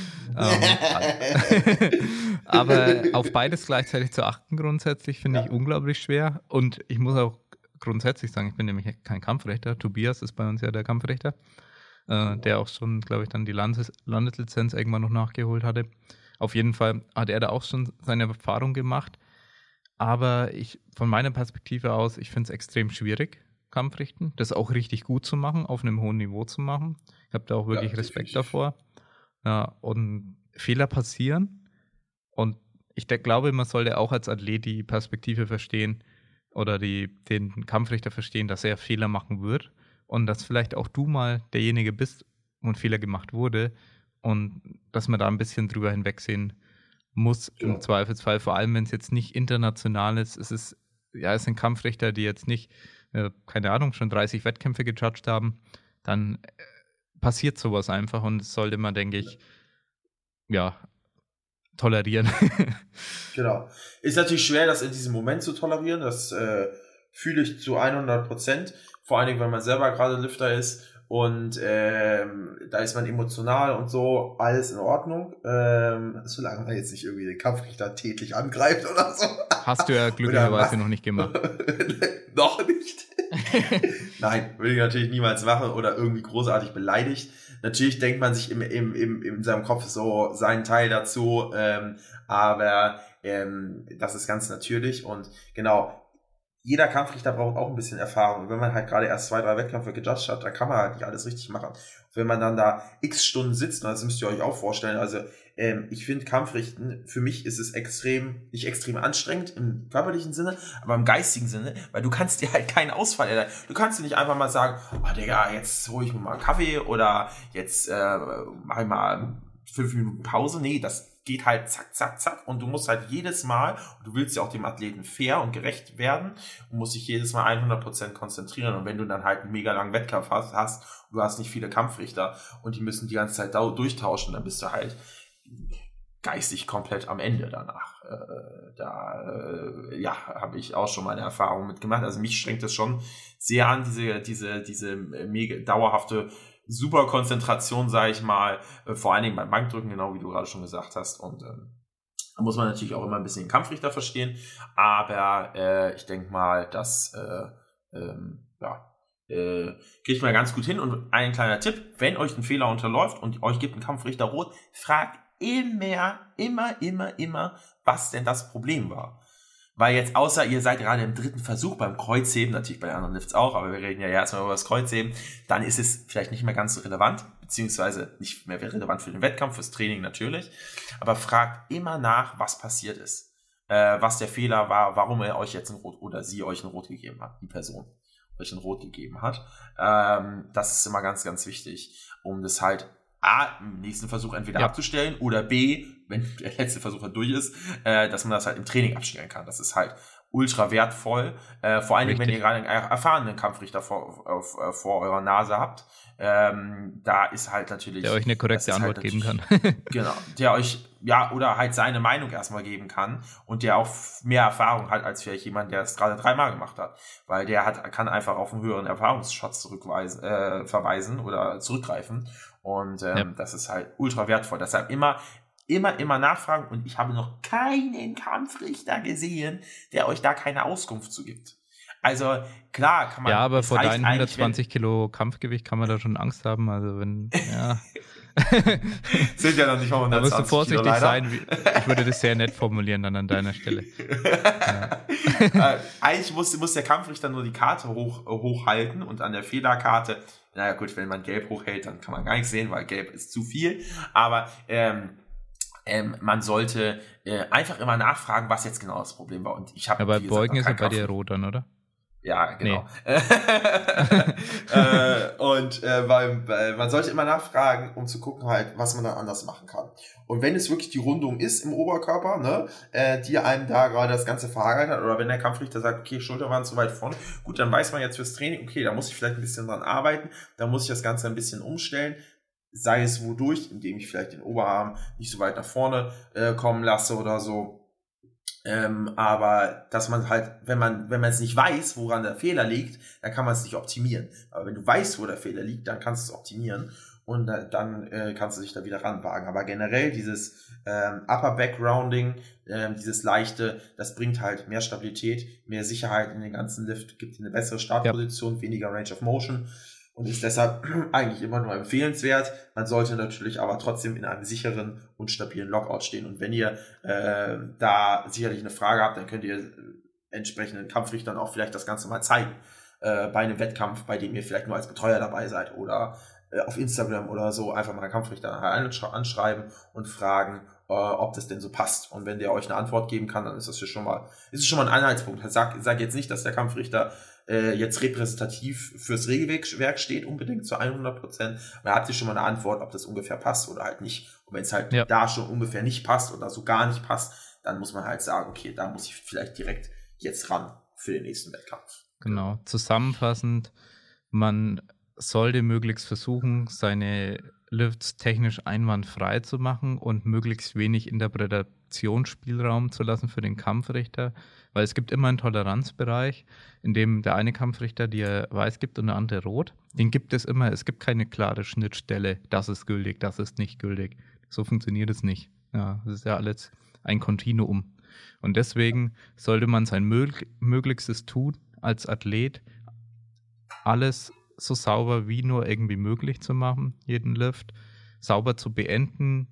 ähm, aber auf beides gleichzeitig zu achten grundsätzlich finde ja. ich unglaublich schwer. Und ich muss auch grundsätzlich sagen, ich bin nämlich kein Kampfrichter. Tobias ist bei uns ja der Kampfrichter, äh, der auch schon, glaube ich, dann die Landes- Landeslizenz irgendwann noch nachgeholt hatte. Auf jeden Fall hat er da auch schon seine Erfahrung gemacht. Aber ich, von meiner Perspektive aus, ich finde es extrem schwierig, Kampfrichten, das auch richtig gut zu machen, auf einem hohen Niveau zu machen. Ich habe da auch wirklich ja, Respekt davor. Ja, und Fehler passieren. Und ich de- glaube, man sollte auch als Athlet die Perspektive verstehen oder die, den Kampfrichter verstehen, dass er Fehler machen wird und dass vielleicht auch du mal derjenige bist, wo ein Fehler gemacht wurde und dass man da ein bisschen drüber hinwegsehen muss, ja. im Zweifelsfall, vor allem wenn es jetzt nicht international ist. Es ist, ja, es sind Kampfrichter, die jetzt nicht, äh, keine Ahnung, schon dreißig Wettkämpfe gejudged haben, dann äh, passiert sowas einfach und das sollte man, denke ich, ja, tolerieren. Genau. Ist natürlich schwer, das in diesem Moment zu tolerieren, das äh, fühle ich zu hundert Prozent, vor allen Dingen, wenn man selber gerade Lifter ist. Und ähm, da ist man emotional und so, alles in Ordnung. Ähm, solange man jetzt nicht irgendwie den Kampfrichter tätlich angreift oder so. Hast du ja glücklicherweise noch nicht gemacht. Noch nicht. Nein, will ich natürlich niemals machen oder irgendwie großartig beleidigt. Natürlich denkt man sich im, im, im, in seinem Kopf so seinen Teil dazu, ähm, aber ähm, das ist ganz natürlich und genau. Jeder Kampfrichter braucht auch ein bisschen Erfahrung. Wenn man halt gerade erst zwei, drei Wettkämpfe gejudged hat, dann kann man halt nicht alles richtig machen. Und wenn man dann da x Stunden sitzt, das müsst ihr euch auch vorstellen, also ähm, ich finde Kampfrichten, für mich ist es extrem, nicht extrem anstrengend im körperlichen Sinne, aber im geistigen Sinne, weil du kannst dir halt keinen Ausfall erleiden. Du kannst dir nicht einfach mal sagen, oh Digga, jetzt hole ich mir mal einen Kaffee oder jetzt äh, mach ich mal fünf Minuten Pause. Nee, das geht halt zack, zack, zack und du musst halt jedes Mal, du willst ja auch dem Athleten fair und gerecht werden und musst dich jedes Mal hundert Prozent konzentrieren und wenn du dann halt einen mega langen Wettkampf hast, hast du hast nicht viele Kampfrichter und die müssen die ganze Zeit durchtauschen, dann bist du halt geistig komplett am Ende danach. Äh, da äh, ja, habe ich auch schon meine Erfahrung mitgemacht. Also mich schränkt das schon sehr an, diese, diese, diese mega dauerhafte Superkonzentration, sage ich mal, äh, vor allen Dingen beim Bankdrücken, genau wie du gerade schon gesagt hast. Und ähm, da muss man natürlich auch immer ein bisschen den Kampfrichter verstehen. Aber äh, ich denke mal, dass äh, ähm, ja, äh, kriegt man ganz gut hin. Und ein kleiner Tipp, wenn euch ein Fehler unterläuft und euch gibt ein Kampfrichter rot, fragt immer, immer, immer, immer, was denn das Problem war. Weil jetzt, außer ihr seid gerade im dritten Versuch beim Kreuzheben, natürlich bei anderen Lifts auch, aber wir reden ja erstmal über das Kreuzheben, dann ist es vielleicht nicht mehr ganz so relevant, beziehungsweise nicht mehr relevant für den Wettkampf, fürs Training natürlich, aber fragt immer nach, was passiert ist, äh, was der Fehler war, warum er euch jetzt ein Rot oder sie euch ein Rot gegeben hat, die Person euch ein Rot gegeben hat. Ähm, das ist immer ganz, ganz wichtig, um das halt A, im nächsten Versuch entweder ja. abzustellen oder B, wenn der letzte Versuch halt durch ist, äh, dass man das halt im Training abstellen kann. Das ist halt ultra wertvoll. Äh, vor allen Dingen, wenn ihr gerade einen erfahrenen Kampfrichter vor, auf, äh, vor eurer Nase habt. Ähm, da ist halt natürlich... Der euch eine korrekte Antwort halt geben kann. Genau. Der euch, ja, oder halt seine Meinung erstmal geben kann und der auch mehr Erfahrung hat, als vielleicht jemand, der es gerade dreimal gemacht hat. Weil der hat, kann einfach auf einen höheren Erfahrungsschatz zurückweisen, äh, verweisen oder zurückgreifen. Und ähm, ja. das ist halt ultra wertvoll. Deshalb immer, immer, immer nachfragen. Und ich habe noch keinen Kampfrichter gesehen, der euch da keine Auskunft zu gibt. Also klar kann man... Ja, aber vor deinen hundertzwanzig Kilo Kampfgewicht kann man da schon Angst haben. Also wenn, ja... Sind ja noch nicht mal hundertzwanzig. Da musst du vorsichtig Kilo, sein. Wie, ich würde das sehr nett formulieren dann an deiner Stelle. Ja. äh, eigentlich muss, muss der Kampfrichter nur die Karte hoch, hochhalten und an der Fehlerkarte, naja gut, wenn man gelb hochhält, dann kann man gar nichts sehen, weil gelb ist zu viel. Aber ähm, ähm, man sollte äh, einfach immer nachfragen, was jetzt genau das Problem war. Und ich habe Aber Beugen ist ja bei dir rot dann, oder? Ja, genau. Nee. äh, und äh, weil, weil man sollte immer nachfragen, um zu gucken halt, was man dann anders machen kann. Und wenn es wirklich die Rundung ist im Oberkörper, ne, äh, die einem da gerade das Ganze verhagelt hat, oder wenn der Kampfrichter sagt, okay, Schulter waren zu weit vorne, gut, dann weiß man jetzt fürs Training, okay, da muss ich vielleicht ein bisschen dran arbeiten, da muss ich das Ganze ein bisschen umstellen, sei es wodurch, indem ich vielleicht den Oberarm nicht so weit nach vorne äh, kommen lasse oder so. Ähm, aber dass man halt, wenn man wenn man es nicht weiß, woran der Fehler liegt, dann kann man es nicht optimieren. Aber wenn du weißt, wo der Fehler liegt, dann kannst du es optimieren und äh, dann äh, kannst du dich da wieder ranwagen. Aber generell dieses ähm, Upper Back Rounding, ähm, dieses leichte, das bringt halt mehr Stabilität, mehr Sicherheit in den ganzen Lift, gibt dir eine bessere Startposition, ja. weniger Range of Motion. Und ist deshalb eigentlich immer nur empfehlenswert. Man sollte natürlich aber trotzdem in einem sicheren und stabilen Lockout stehen. Und wenn ihr äh, da sicherlich eine Frage habt, dann könnt ihr äh, entsprechenden Kampfrichtern auch vielleicht das Ganze mal zeigen. Äh, bei einem Wettkampf, bei dem ihr vielleicht nur als Betreuer dabei seid oder äh, auf Instagram oder so einfach mal einen Kampfrichter ansch- anschreiben und fragen, äh, ob das denn so passt. Und wenn der euch eine Antwort geben kann, dann ist das schon mal, ist es schon mal ein Anhaltspunkt. Sag, sag jetzt nicht, dass der Kampfrichter jetzt repräsentativ fürs Regelwerk steht, unbedingt zu hundert Prozent. Aber habt ihr schon mal eine Antwort, ob das ungefähr passt oder halt nicht. Und wenn es halt ja. da schon ungefähr nicht passt oder so gar nicht passt, dann muss man halt sagen, okay, da muss ich vielleicht direkt jetzt ran für den nächsten Wettkampf. Genau. Zusammenfassend, man sollte möglichst versuchen, seine Lifts technisch einwandfrei zu machen und möglichst wenig Interpretationsspielraum zu lassen für den Kampfrichter, weil es gibt immer einen Toleranzbereich, in dem der eine Kampfrichter dir weiß gibt und der andere rot. Den gibt es immer. Es gibt keine klare Schnittstelle, das ist gültig, das ist nicht gültig. So funktioniert es nicht. Ja, das ist ja alles ein Kontinuum. Und deswegen sollte man sein Mög- Möglichstes tun, als Athlet alles so sauber wie nur irgendwie möglich zu machen, jeden Lift, sauber zu beenden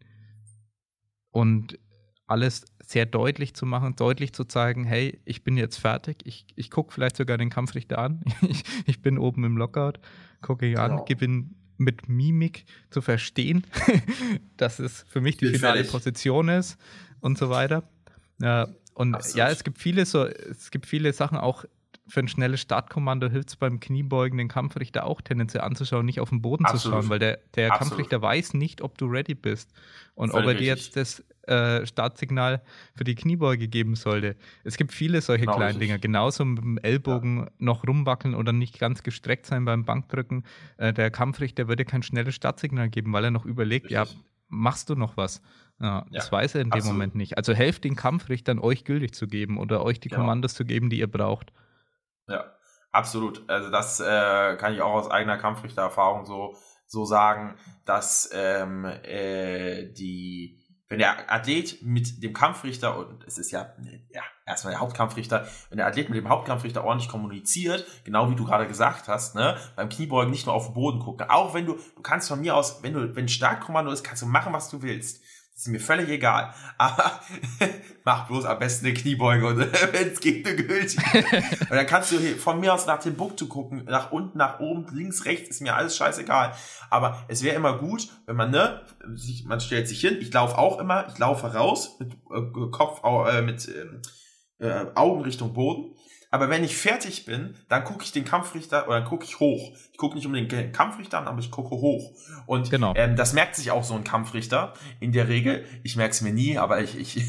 und alles sehr deutlich zu machen, deutlich zu zeigen, hey, ich bin jetzt fertig, ich, ich gucke vielleicht sogar den Kampfrichter an, ich, ich bin oben im Lockout, gucke ihn an, gebe ihn mit Mimik zu verstehen, dass es für mich die finale fertig. Position ist und so weiter. Ja, und Absolut. ja, es gibt viele so, es gibt viele Sachen auch. Für ein schnelles Startkommando hilft es beim Kniebeugen, den Kampfrichter auch tendenziell anzuschauen, nicht auf den Boden Absolut. zu schauen, weil der, der Kampfrichter weiß nicht, ob du ready bist. Und Völlig ob er dir jetzt das äh, Startsignal für die Kniebeuge geben sollte. Es gibt viele solche Genau, kleinen richtig. Dinger. Genauso mit dem Ellbogen ja. noch rumwackeln oder nicht ganz gestreckt sein beim Bankdrücken. Äh, der Kampfrichter würde kein schnelles Startsignal geben, weil er noch überlegt, richtig. ja, machst du noch was? Ja, das ja, weiß er in dem absolut. Moment nicht. Also helft den Kampfrichtern, euch gültig zu geben oder euch die genau. Kommandos zu geben, die ihr braucht. Ja, absolut. Also das äh, kann ich auch aus eigener Kampfrichtererfahrung so, so sagen, dass ähm, äh, die wenn der Athlet mit dem Kampfrichter, und es ist ja, ja erstmal der Hauptkampfrichter, wenn der Athlet mit dem Hauptkampfrichter ordentlich kommuniziert, genau wie du gerade gesagt hast, ne, beim Kniebeugen nicht nur auf den Boden gucken, auch wenn du, du kannst von mir aus, wenn du, wenn ein Startkommando ist, kannst du machen, was du willst. Das ist mir völlig egal. Aber mach bloß am besten eine Kniebeuge und wenn es geht, eine gültige. Und dann kannst du von mir aus nach dem Timbuktu gucken, nach unten, nach oben, links, rechts, ist mir alles scheißegal. Aber es wäre immer gut, wenn man, ne, sich, man stellt sich hin, ich laufe auch immer, ich laufe raus mit äh, Kopf, äh, mit äh, Augen Richtung Boden. Aber wenn ich fertig bin, dann gucke ich den Kampfrichter oder dann gucke ich hoch. Ich gucke nicht um den Kampfrichter an, aber ich gucke hoch. Und genau. ähm, das merkt sich auch so ein Kampfrichter in der Regel. Ich merke es mir nie, aber ich, ich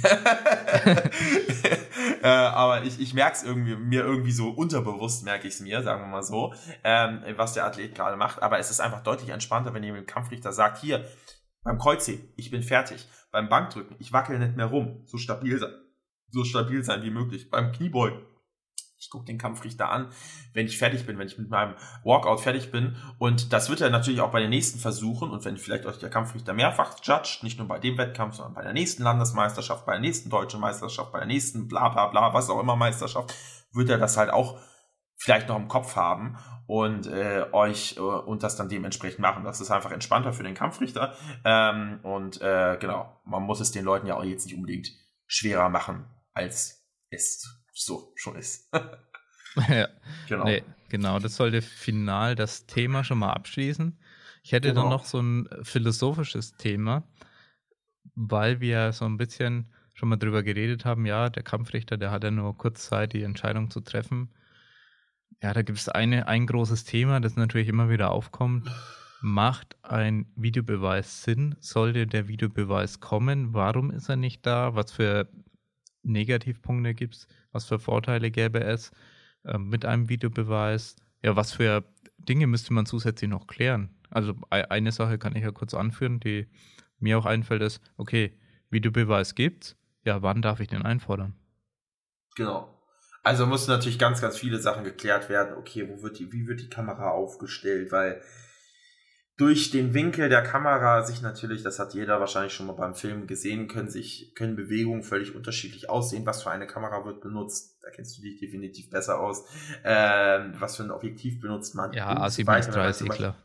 äh, aber ich, ich merke es irgendwie, mir irgendwie so unterbewusst merke ich es mir, sagen wir mal so, ähm, was der Athlet gerade macht. Aber es ist einfach deutlich entspannter, wenn ihr dem Kampfrichter sagt, hier, beim Kreuzheben, ich bin fertig. Beim Bankdrücken, ich wackel nicht mehr rum. So stabil sein, so stabil sein wie möglich. Beim Kniebeugen, ich gucke den Kampfrichter an, wenn ich fertig bin, wenn ich mit meinem Walkout fertig bin. Und das wird er natürlich auch bei den nächsten Versuchen. Und wenn vielleicht euch der Kampfrichter mehrfach judgt, nicht nur bei dem Wettkampf, sondern bei der nächsten Landesmeisterschaft, bei der nächsten deutschen Meisterschaft, bei der nächsten bla bla bla, was auch immer Meisterschaft, wird er das halt auch vielleicht noch im Kopf haben und äh, euch äh, und das dann dementsprechend machen. Das ist einfach entspannter für den Kampfrichter. Ähm, und äh, genau, man muss es den Leuten ja auch jetzt nicht unbedingt schwerer machen, als es so schon ist. Ja, genau. Nee, genau, das sollte final das Thema schon mal abschließen. Ich hätte genau. dann noch so ein philosophisches Thema, weil wir so ein bisschen schon mal drüber geredet haben, ja, der Kampfrichter, der hat ja nur kurz Zeit, die Entscheidung zu treffen. Ja, da gibt es eine, ein großes Thema, das natürlich immer wieder aufkommt. Macht ein Videobeweis Sinn? Sollte der Videobeweis kommen? Warum ist er nicht da? Was für Negativpunkte gibt es? Was für Vorteile gäbe es äh, mit einem Videobeweis? Ja, was für Dinge müsste man zusätzlich noch klären? Also eine Sache kann ich ja kurz anführen, die mir auch einfällt, ist, okay, Videobeweis gibt's, ja, wann darf ich den einfordern? Genau. Also müssen natürlich ganz, ganz viele Sachen geklärt werden. Okay, wo wird die, wie wird die Kamera aufgestellt? Weil durch den Winkel der Kamera sich natürlich, das hat jeder wahrscheinlich schon mal beim Film gesehen, können sich, können Bewegungen völlig unterschiedlich aussehen. Was für eine Kamera wird benutzt? Da kennst du dich definitiv besser aus. Ähm, was für ein Objektiv benutzt man? Ja, A sieben S dreißig, klar.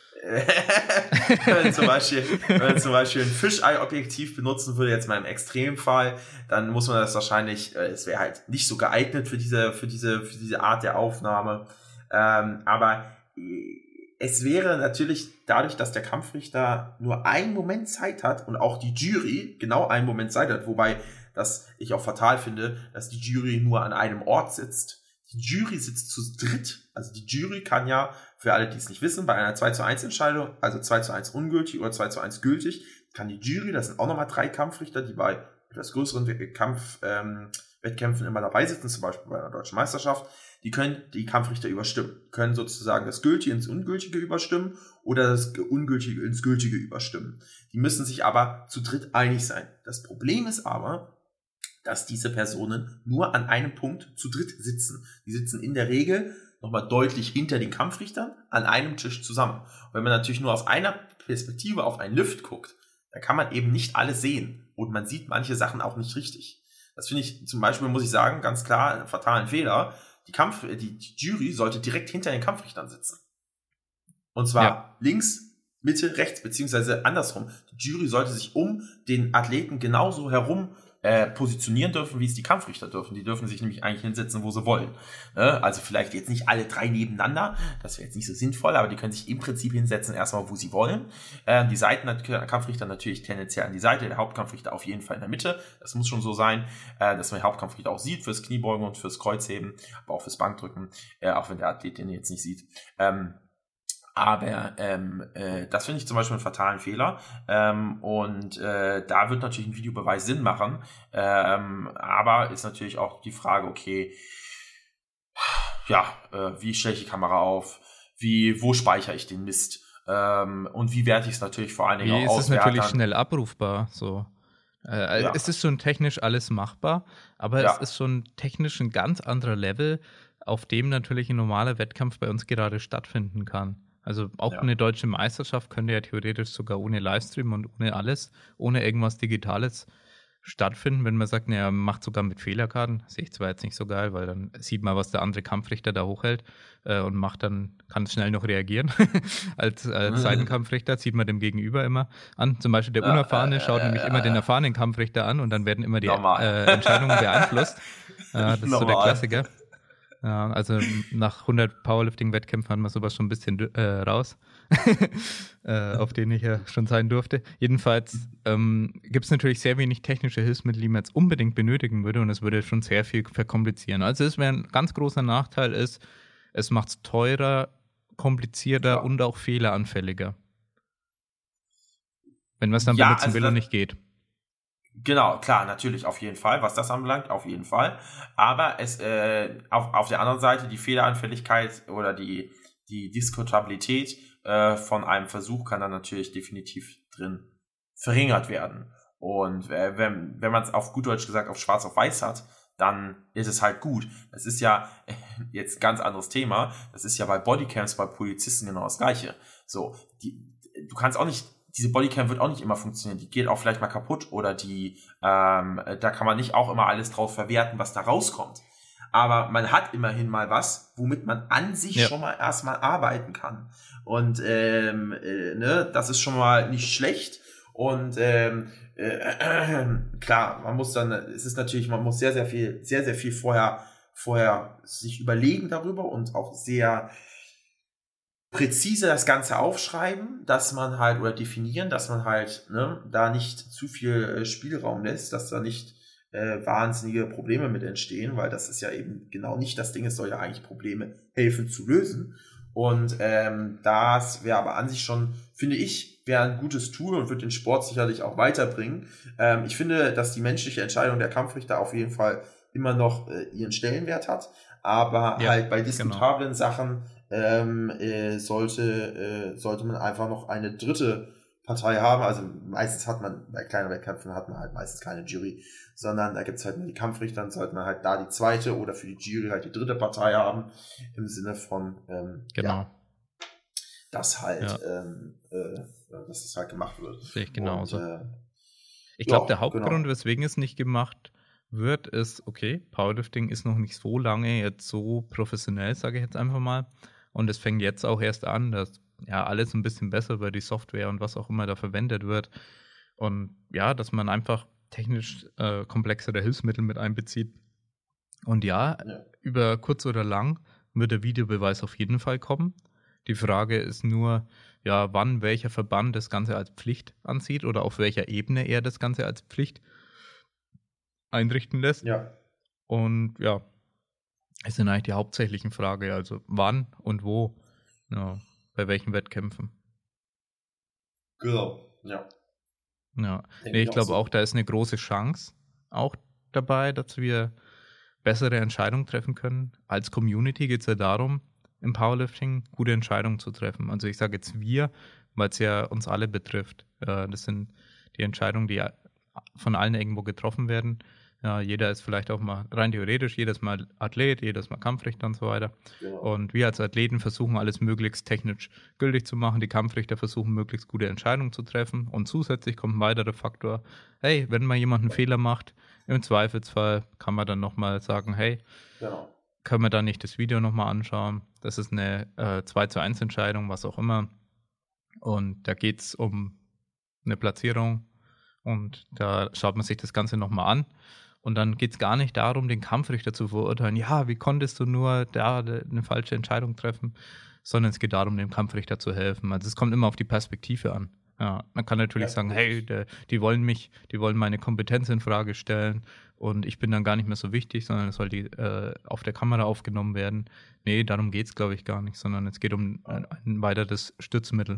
wenn, zum Beispiel, wenn man zum Beispiel ein Fisheye-Objektiv benutzen würde, jetzt mal im Extremfall, dann muss man das wahrscheinlich, äh, es wäre halt nicht so geeignet für diese, für diese, für diese Art der Aufnahme. Ähm, aber es wäre natürlich dadurch, dass der Kampfrichter nur einen Moment Zeit hat und auch die Jury genau einen Moment Zeit hat, wobei das ich auch fatal finde, dass die Jury nur an einem Ort sitzt. Die Jury sitzt zu dritt. Also die Jury kann ja, für alle, die es nicht wissen, bei einer zwei zu eins Entscheidung, also zwei zu eins ungültig oder zwei zu eins gültig, kann die Jury, das sind auch nochmal drei Kampfrichter, die bei etwas größeren Kampf, ähm, Wettkämpfen immer dabei sitzen, zum Beispiel bei einer deutschen Meisterschaft, die können die Kampfrichter überstimmen, können sozusagen das Gültige ins Ungültige überstimmen oder das Ungültige ins Gültige überstimmen. Die müssen sich aber zu dritt einig sein. Das Problem ist aber, dass diese Personen nur an einem Punkt zu dritt sitzen. Die sitzen in der Regel nochmal deutlich hinter den Kampfrichtern an einem Tisch zusammen. Und wenn man natürlich nur aus einer Perspektive auf einen Lift guckt, da kann man eben nicht alles sehen und man sieht manche Sachen auch nicht richtig. Das finde ich zum Beispiel, muss ich sagen, ganz klar einen fatalen Fehler. Die, Kampf, die, die Jury sollte direkt hinter den Kampfrichtern sitzen. Und zwar ja. links, Mitte, rechts, beziehungsweise andersrum. Die Jury sollte sich um den Athleten genauso herum äh, positionieren dürfen, wie es die Kampfrichter dürfen. Die dürfen sich nämlich eigentlich hinsetzen, wo sie wollen. Ne? Also vielleicht jetzt nicht alle drei nebeneinander, das wäre jetzt nicht so sinnvoll, aber die können sich im Prinzip hinsetzen, erstmal, wo sie wollen. Äh, die Seiten, Kampfrichter natürlich tendenziell an die Seite, der Hauptkampfrichter auf jeden Fall in der Mitte. Das muss schon so sein, äh, dass man den Hauptkampfrichter auch sieht, fürs Kniebeugen und fürs Kreuzheben, aber auch fürs Bankdrücken, äh, auch wenn der Athlet den jetzt nicht sieht. Ähm, Aber ähm, äh, das finde ich zum Beispiel einen fatalen Fehler. Ähm, und äh, da wird natürlich ein Videobeweis Sinn machen. Ähm, aber ist natürlich auch die Frage, okay, ja, äh, wie stelle ich die Kamera auf? Wie, wo speichere ich den Mist? Ähm, und wie werte ich es natürlich vor allen Dingen wie auch aus? Ist es natürlich schnell abrufbar, so. Äh, ja. Es ist schon technisch alles machbar, aber ja. es ist schon technisch ein ganz anderer Level, auf dem natürlich ein normaler Wettkampf bei uns gerade stattfinden kann. Also auch ja. eine deutsche Meisterschaft könnte ja theoretisch sogar ohne Livestream und ohne alles, ohne irgendwas Digitales stattfinden, wenn man sagt, naja, macht sogar mit Fehlerkarten. Sehe ich zwar jetzt nicht so geil, weil dann sieht man, was der andere Kampfrichter da hochhält äh, und macht dann, kann schnell noch reagieren. als als Seitenkampfrichter sieht man dem Gegenüber immer an. Zum Beispiel der Unerfahrene schaut nämlich immer den erfahrenen Kampfrichter an und dann werden immer die äh, Entscheidungen beeinflusst. Äh, das ist so der Klassiker. Ja, also nach hundert Powerlifting-Wettkämpfen hat man sowas schon ein bisschen äh, raus, äh, auf denen ich ja schon sein durfte. Jedenfalls ähm, gibt es natürlich sehr wenig technische Hilfsmittel, die man jetzt unbedingt benötigen würde und es würde schon sehr viel verkomplizieren. Also es wäre ein ganz großer Nachteil ist, es macht es teurer, komplizierter ja. und auch fehleranfälliger. Wenn man es dann ja, benutzen also will und nicht geht. Genau, klar, natürlich, auf jeden Fall, was das anbelangt, auf jeden Fall. Aber es äh, auf, auf der anderen Seite die Fehleranfälligkeit oder die, die Diskutabilität äh, von einem Versuch kann dann natürlich definitiv drin verringert werden. Und äh, wenn, wenn man es auf gut Deutsch gesagt auf schwarz auf weiß hat, dann ist es halt gut. Das ist ja äh, jetzt ein ganz anderes Thema. Das ist ja bei Bodycams, bei Polizisten genau das Gleiche. So, die, du kannst auch nicht diese Bodycam wird auch nicht immer funktionieren, die geht auch vielleicht mal kaputt oder die, ähm, da kann man nicht auch immer alles drauf verwerten, was da rauskommt. Aber man hat immerhin mal was, womit man an sich ja. schon mal erstmal arbeiten kann. Und ähm, äh, ne, das ist schon mal nicht schlecht. Und ähm, äh, äh, klar, man muss dann, es ist natürlich, man muss sehr, sehr viel, sehr, sehr viel vorher, vorher sich überlegen darüber und auch sehr präzise das Ganze aufschreiben, dass man halt, oder definieren, dass man halt ne, da nicht zu viel äh, Spielraum lässt, dass da nicht äh, wahnsinnige Probleme mit entstehen, weil das ist ja eben genau nicht das Ding, es soll ja eigentlich Probleme helfen zu lösen. Und ähm, das wäre aber an sich schon, finde ich, wäre ein gutes Tool und wird den Sport sicherlich auch weiterbringen. Ähm, ich finde, dass die menschliche Entscheidung der Kampfrichter auf jeden Fall immer noch äh, ihren Stellenwert hat, aber ja, halt bei diskutablen genau. Sachen Ähm, äh, sollte, äh, sollte man einfach noch eine dritte Partei haben. Also meistens hat man, bei kleinen Wettkämpfen hat man halt meistens keine Jury, sondern da gibt es halt nur die Kampfrichter, dann sollte man halt da die zweite oder für die Jury halt die dritte Partei haben, im Sinne von, ähm, genau. ja, dass halt, ja. ähm, äh, dass es halt gemacht wird. Sehe ich genauso. Und, äh, ich glaube, ja, der Hauptgrund, genau. weswegen es nicht gemacht wird, ist, okay, Powerlifting ist noch nicht so lange jetzt so professionell, sage ich jetzt einfach mal. Und es fängt jetzt auch erst an, dass ja alles ein bisschen besser wird, die Software und was auch immer da verwendet wird. Und ja, dass man einfach technisch äh, komplexere Hilfsmittel mit einbezieht. Und ja, ja, über kurz oder lang wird der Videobeweis auf jeden Fall kommen. Die Frage ist nur, ja, wann welcher Verband das Ganze als Pflicht ansieht oder auf welcher Ebene er das Ganze als Pflicht einrichten lässt. Ja. Und ja, das sind eigentlich die hauptsächlichen Fragen, also wann und wo, ja, bei welchen Wettkämpfen. Genau, ja. Ja, nee, ich glaube so. auch, da ist eine große Chance auch dabei, dass wir bessere Entscheidungen treffen können. Als Community geht es ja darum, im Powerlifting gute Entscheidungen zu treffen. Also ich sage jetzt wir, weil es ja uns alle betrifft. Das sind die Entscheidungen, die von allen irgendwo getroffen werden. Ja, jeder ist vielleicht auch mal rein theoretisch, jedes Mal Athlet, jedes Mal Kampfrichter und so weiter. Genau. Und wir als Athleten versuchen, alles möglichst technisch gültig zu machen. Die Kampfrichter versuchen, möglichst gute Entscheidungen zu treffen. Und zusätzlich kommt ein weiterer Faktor, hey, wenn mal jemand einen Fehler macht, im Zweifelsfall kann man dann nochmal sagen, hey, genau. können wir da nicht das Video nochmal anschauen? Das ist eine äh, zwei zu eins Entscheidung, was auch immer. Und da geht es um eine Platzierung und da schaut man sich das Ganze nochmal an. Und dann geht es gar nicht darum, den Kampfrichter zu verurteilen. Ja, wie konntest du nur da eine falsche Entscheidung treffen? Sondern es geht darum, dem Kampfrichter zu helfen. Also es kommt immer auf die Perspektive an. Ja, man kann natürlich Ja, sagen, richtig. hey, der, die wollen mich, die wollen meine Kompetenz in Frage stellen und ich bin dann gar nicht mehr so wichtig, sondern es soll die, äh, auf der Kamera aufgenommen werden. Nee, darum geht es, glaube ich, gar nicht, sondern es geht um ein, ein weiteres Stützmittel.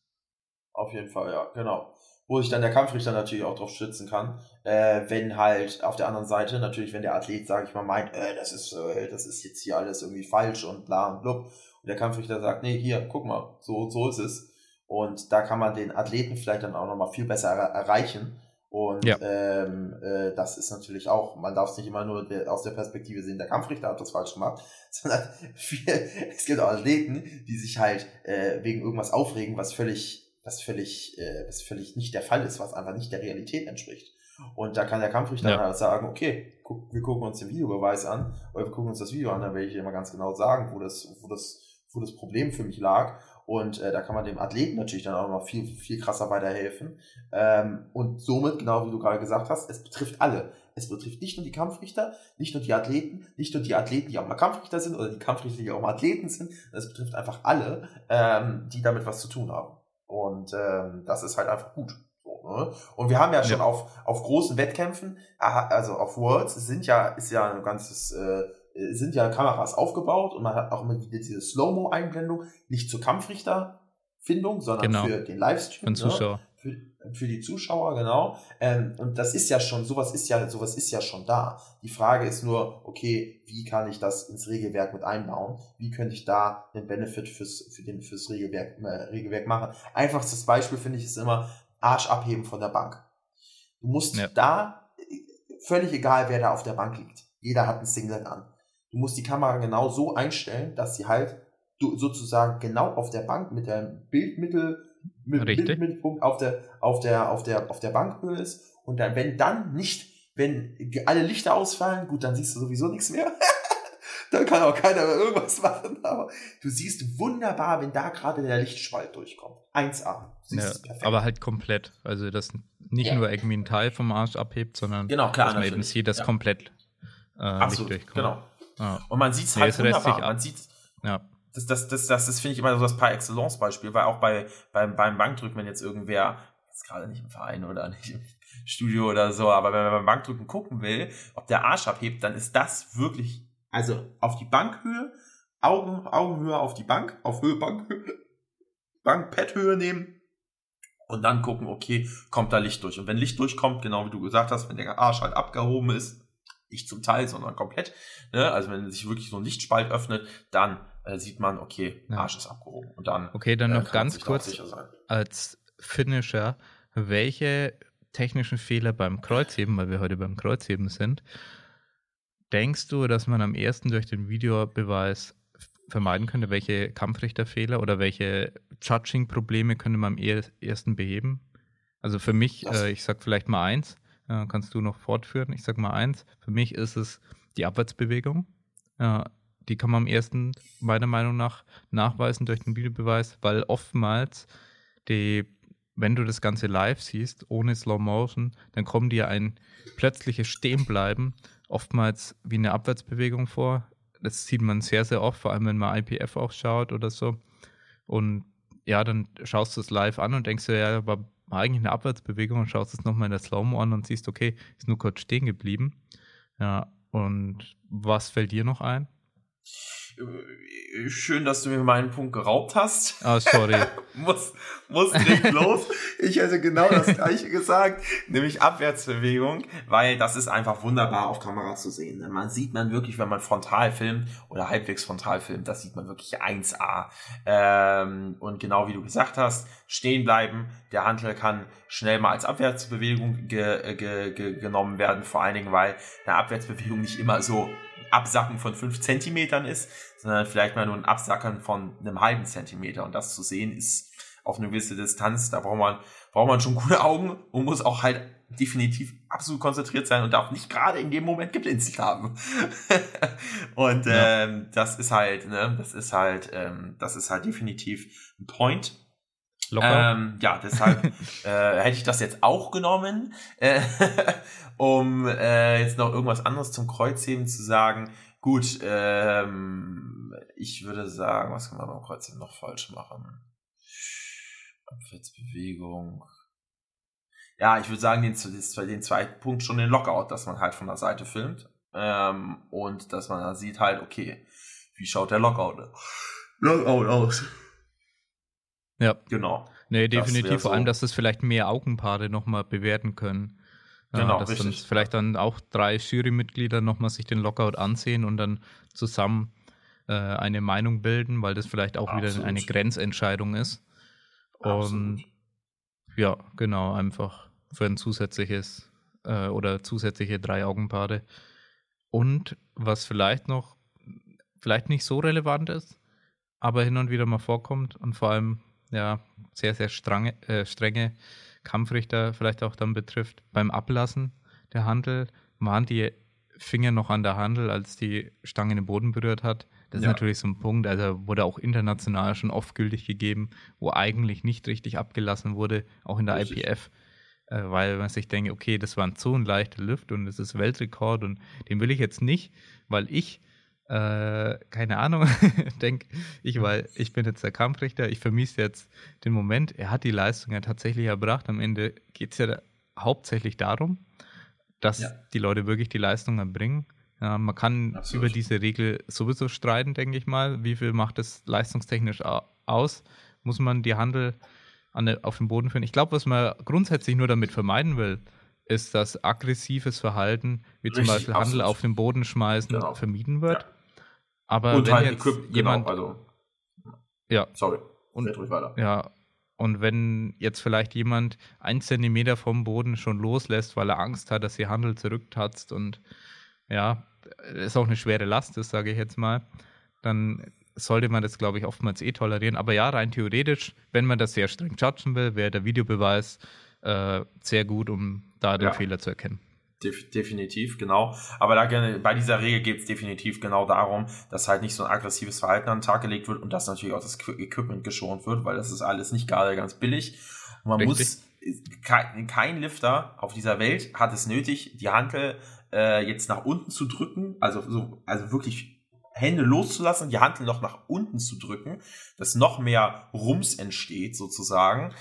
Auf jeden Fall, ja, genau. Wo sich dann der Kampfrichter natürlich auch drauf stützen kann, äh, wenn halt auf der anderen Seite, natürlich, wenn der Athlet, sage ich mal, meint, äh, das ist, äh, das ist jetzt hier alles irgendwie falsch und bla und blub, und der Kampfrichter sagt, nee, hier, guck mal, so, so ist es. Und da kann man den Athleten vielleicht dann auch nochmal viel besser er- erreichen. Und Ja. ähm, äh, das ist natürlich auch, man darf es nicht immer nur der, aus der Perspektive sehen, der Kampfrichter hat das falsch gemacht, sondern viel, es gibt auch Athleten, die sich halt äh, wegen irgendwas aufregen, was völlig, was völlig, äh, was völlig nicht der Fall ist, was einfach nicht der Realität entspricht. Und da kann der Kampfrichter Ja. dann halt sagen, okay, guck, wir gucken uns den Videobeweis an, oder wir gucken uns das Video an, dann werde ich dir immer ganz genau sagen, wo das, wo das, wo das Problem für mich lag. Und äh, da kann man dem Athleten natürlich dann auch noch viel, viel krasser weiterhelfen. Ähm, und somit, genau wie du gerade gesagt hast, es betrifft alle. Es betrifft nicht nur die Kampfrichter, nicht nur die Athleten, nicht nur die Athleten, die auch mal Kampfrichter sind oder die Kampfrichter, die auch mal Athleten sind. Es betrifft einfach alle, ähm, die damit was zu tun haben. Und ähm, das ist halt einfach gut. So, ne? Und wir haben ja schon Ja. auf, auf großen Wettkämpfen, aha, also auf Worlds, sind ja, ist ja ein ganzes... Äh, sind ja Kameras aufgebaut und man hat auch immer wieder diese Slow-Mo-Einblendung, nicht zur Kampfrichterfindung, sondern Genau. für den Livestream. Für den Zuschauer. Ne? Für, für die Zuschauer, genau. Ähm, und das ist ja schon, sowas ist ja, sowas ist ja schon da. Die Frage ist nur, okay, wie kann ich das ins Regelwerk mit einbauen? Wie könnte ich da den Benefit fürs, für den, fürs Regelwerk, äh, Regelwerk machen? Einfachstes Beispiel finde ich ist immer Arsch abheben von der Bank. Du musst Ja. da, völlig egal, wer da auf der Bank liegt. Jeder hat ein Singlet an. Du musst die Kamera genau so einstellen, dass sie halt du, sozusagen genau auf der Bank mit dem Bildmittel, mit dem Richtig. Bildmittelpunkt auf der, auf der, auf der, auf der Bankhöhe ist. Und dann, wenn dann nicht, wenn alle Lichter ausfallen, gut, dann siehst du sowieso nichts mehr. Dann kann auch keiner mehr irgendwas machen. Aber du siehst wunderbar, wenn da gerade der Lichtspalt durchkommt. eins A. Du siehst Ja, es perfekt. aber halt komplett. Also, dass nicht Ja. nur irgendwie ein Teil vom Arsch abhebt, sondern Genau, klar, dass man eben natürlich. sieht, dass Ja. komplett äh, Absolut, Licht durchkommt. genau. Ja. Und man sieht es Nee, halt es lässt sich wunderbar. ab- Man sieht Ja. Das, das, das, das, das finde ich immer so das Par-Excellence-Beispiel, weil auch bei, beim, beim Bankdrücken, wenn jetzt irgendwer, jetzt gerade nicht im Verein oder nicht im Studio oder so, aber wenn man beim Bankdrücken gucken will, ob der Arsch abhebt, dann ist das wirklich, also auf die Bankhöhe, Augen, Augenhöhe auf die Bank, auf Höhe Bankhöhe, Bank-Pad-Höhe nehmen und dann gucken, okay, kommt da Licht durch. Und wenn Licht durchkommt, genau wie du gesagt hast, wenn der Arsch halt abgehoben ist, nicht zum Teil, sondern komplett, ne? Also wenn sich wirklich so ein Lichtspalt öffnet, dann äh, sieht man, okay, Ja. Arsch ist abgehoben. Und dann Okay, dann äh, noch kann man ganz sich da auch kurz sicher sein. als Finisher, welche technischen Fehler beim Kreuzheben, weil wir heute beim Kreuzheben sind, denkst du, dass man am ersten durch den Videobeweis f- vermeiden könnte? Welche Kampfrichterfehler oder welche Judging-Probleme könnte man am eher- ersten beheben? Also für mich, Das- äh, ich sag vielleicht mal eins, äh, kannst du noch fortführen? Ich sag mal eins, für mich ist es die Abwärtsbewegung. Äh, die kann man am ersten meiner Meinung nach nachweisen durch den Videobeweis, weil oftmals die, wenn du das Ganze live siehst, ohne Slow Motion, dann kommt dir ein plötzliches Stehenbleiben oftmals wie eine Abwärtsbewegung vor. Das sieht man sehr, sehr oft, vor allem wenn man I P F auch schaut oder so. Und ja, dann schaust du es live an und denkst dir, ja, war eigentlich eine Abwärtsbewegung und schaust es nochmal in der Slow-Mo an und siehst, okay, ist nur kurz stehen geblieben. Ja, und was fällt dir noch ein? Äh, Schön, dass du mir meinen Punkt geraubt hast. Ah, sorry. muss, muss direkt los. Ich hätte genau das Gleiche gesagt, nämlich Abwärtsbewegung, weil das ist einfach wunderbar auf Kamera zu sehen. Man sieht man wirklich, wenn man frontal filmt oder halbwegs frontal filmt, das sieht man wirklich eins A. Ähm, und genau wie du gesagt hast, stehen bleiben. Der Hantel kann schnell mal als Abwärtsbewegung ge, ge, ge, genommen werden, vor allen Dingen, weil eine Abwärtsbewegung nicht immer so Absacken von fünf Zentimetern ist, sondern vielleicht mal nur ein Absackern von einem halben Zentimeter. Und das zu sehen ist auf eine gewisse Distanz, da braucht man, braucht man schon gute Augen und muss auch halt definitiv absolut konzentriert sein und darf nicht gerade in dem Moment geblinzelt haben. Und Ja. ähm, das ist halt, ne, das ist halt, ähm, das ist halt definitiv ein Point. Locker. Ähm, ja, deshalb äh, hätte ich das jetzt auch genommen, äh, um äh, jetzt noch irgendwas anderes zum Kreuzheben zu sagen. Gut, ähm, ich würde sagen, was kann man beim Kreuzheben noch falsch machen? Abwärtsbewegung. Ja, ich würde sagen, den, den zweiten Punkt schon den Lockout, dass man halt von der Seite filmt. Ähm, und dass man da sieht halt, okay, wie schaut der Lockout, Lockout aus? Ja. Genau. Nee, definitiv. So. Vor allem, dass das vielleicht mehr Augenpaare nochmal bewerten können. Genau, äh, dass richtig. dann vielleicht dann auch drei Jurymitglieder nochmal sich den Lockout ansehen und dann zusammen äh, eine Meinung bilden, weil das vielleicht auch Absolut. wieder eine Grenzentscheidung ist. Und Absolut. ja, genau, einfach für ein zusätzliches äh, oder zusätzliche drei Augenpaare. Und was vielleicht noch, vielleicht nicht so relevant ist, aber hin und wieder mal vorkommt und vor allem ja sehr, sehr strange, äh, strenge Kampfrichter vielleicht auch dann betrifft, beim Ablassen der Handel waren die Finger noch an der Handel, als die Stange den Boden berührt hat. Das Ja. ist natürlich so ein Punkt, also wurde auch international schon oft gültig gegeben, wo eigentlich nicht richtig abgelassen wurde, auch in der Richtig. I P F, äh, weil man sich denkt, okay, das war so ein leichter Lift und das ist Weltrekord und den will ich jetzt nicht, weil ich Äh, keine Ahnung, denke ich, weil ich bin jetzt der Kampfrichter, ich vermisse jetzt den Moment, er hat die Leistung ja tatsächlich erbracht, am Ende geht es ja da hauptsächlich darum, dass Ja. die Leute wirklich die Leistung erbringen. Ja, man kann Absolut. über diese Regel sowieso streiten, denke ich mal, wie viel macht es leistungstechnisch au- aus, muss man die Handel an der, auf den Boden führen. Ich glaube, was man grundsätzlich nur damit vermeiden will, ist, dass aggressives Verhalten, wie zum Richtig, Beispiel Handel absolut. auf den Boden schmeißen, Genau. vermieden wird. Ja. Aber Und wenn halt jetzt Equip- jemand, genau, also, ja, sorry, und, red ruhig weiter. ja, und wenn jetzt vielleicht jemand einen Zentimeter vom Boden schon loslässt, weil er Angst hat, dass die Handel zurücktatzt und ja, ist auch eine schwere Last, das sage ich jetzt mal, dann sollte man das, glaube ich, oftmals eh tolerieren. Aber ja, rein theoretisch, wenn man das sehr streng judgen will, wäre der Videobeweis äh, sehr gut, um da den Ja. Fehler zu erkennen. Def- definitiv, genau. Aber da gerne, bei dieser Regel geht es definitiv genau darum, dass halt nicht so ein aggressives Verhalten an den Tag gelegt wird und dass natürlich auch das Qu- Equipment geschont wird, weil das ist alles nicht gerade ganz billig. Und man Richtig. muss, kein, kein Lifter auf dieser Welt hat es nötig, die Hantel äh, jetzt nach unten zu drücken, also so, also wirklich Hände loszulassen, die Hantel noch nach unten zu drücken, dass noch mehr Rums entsteht sozusagen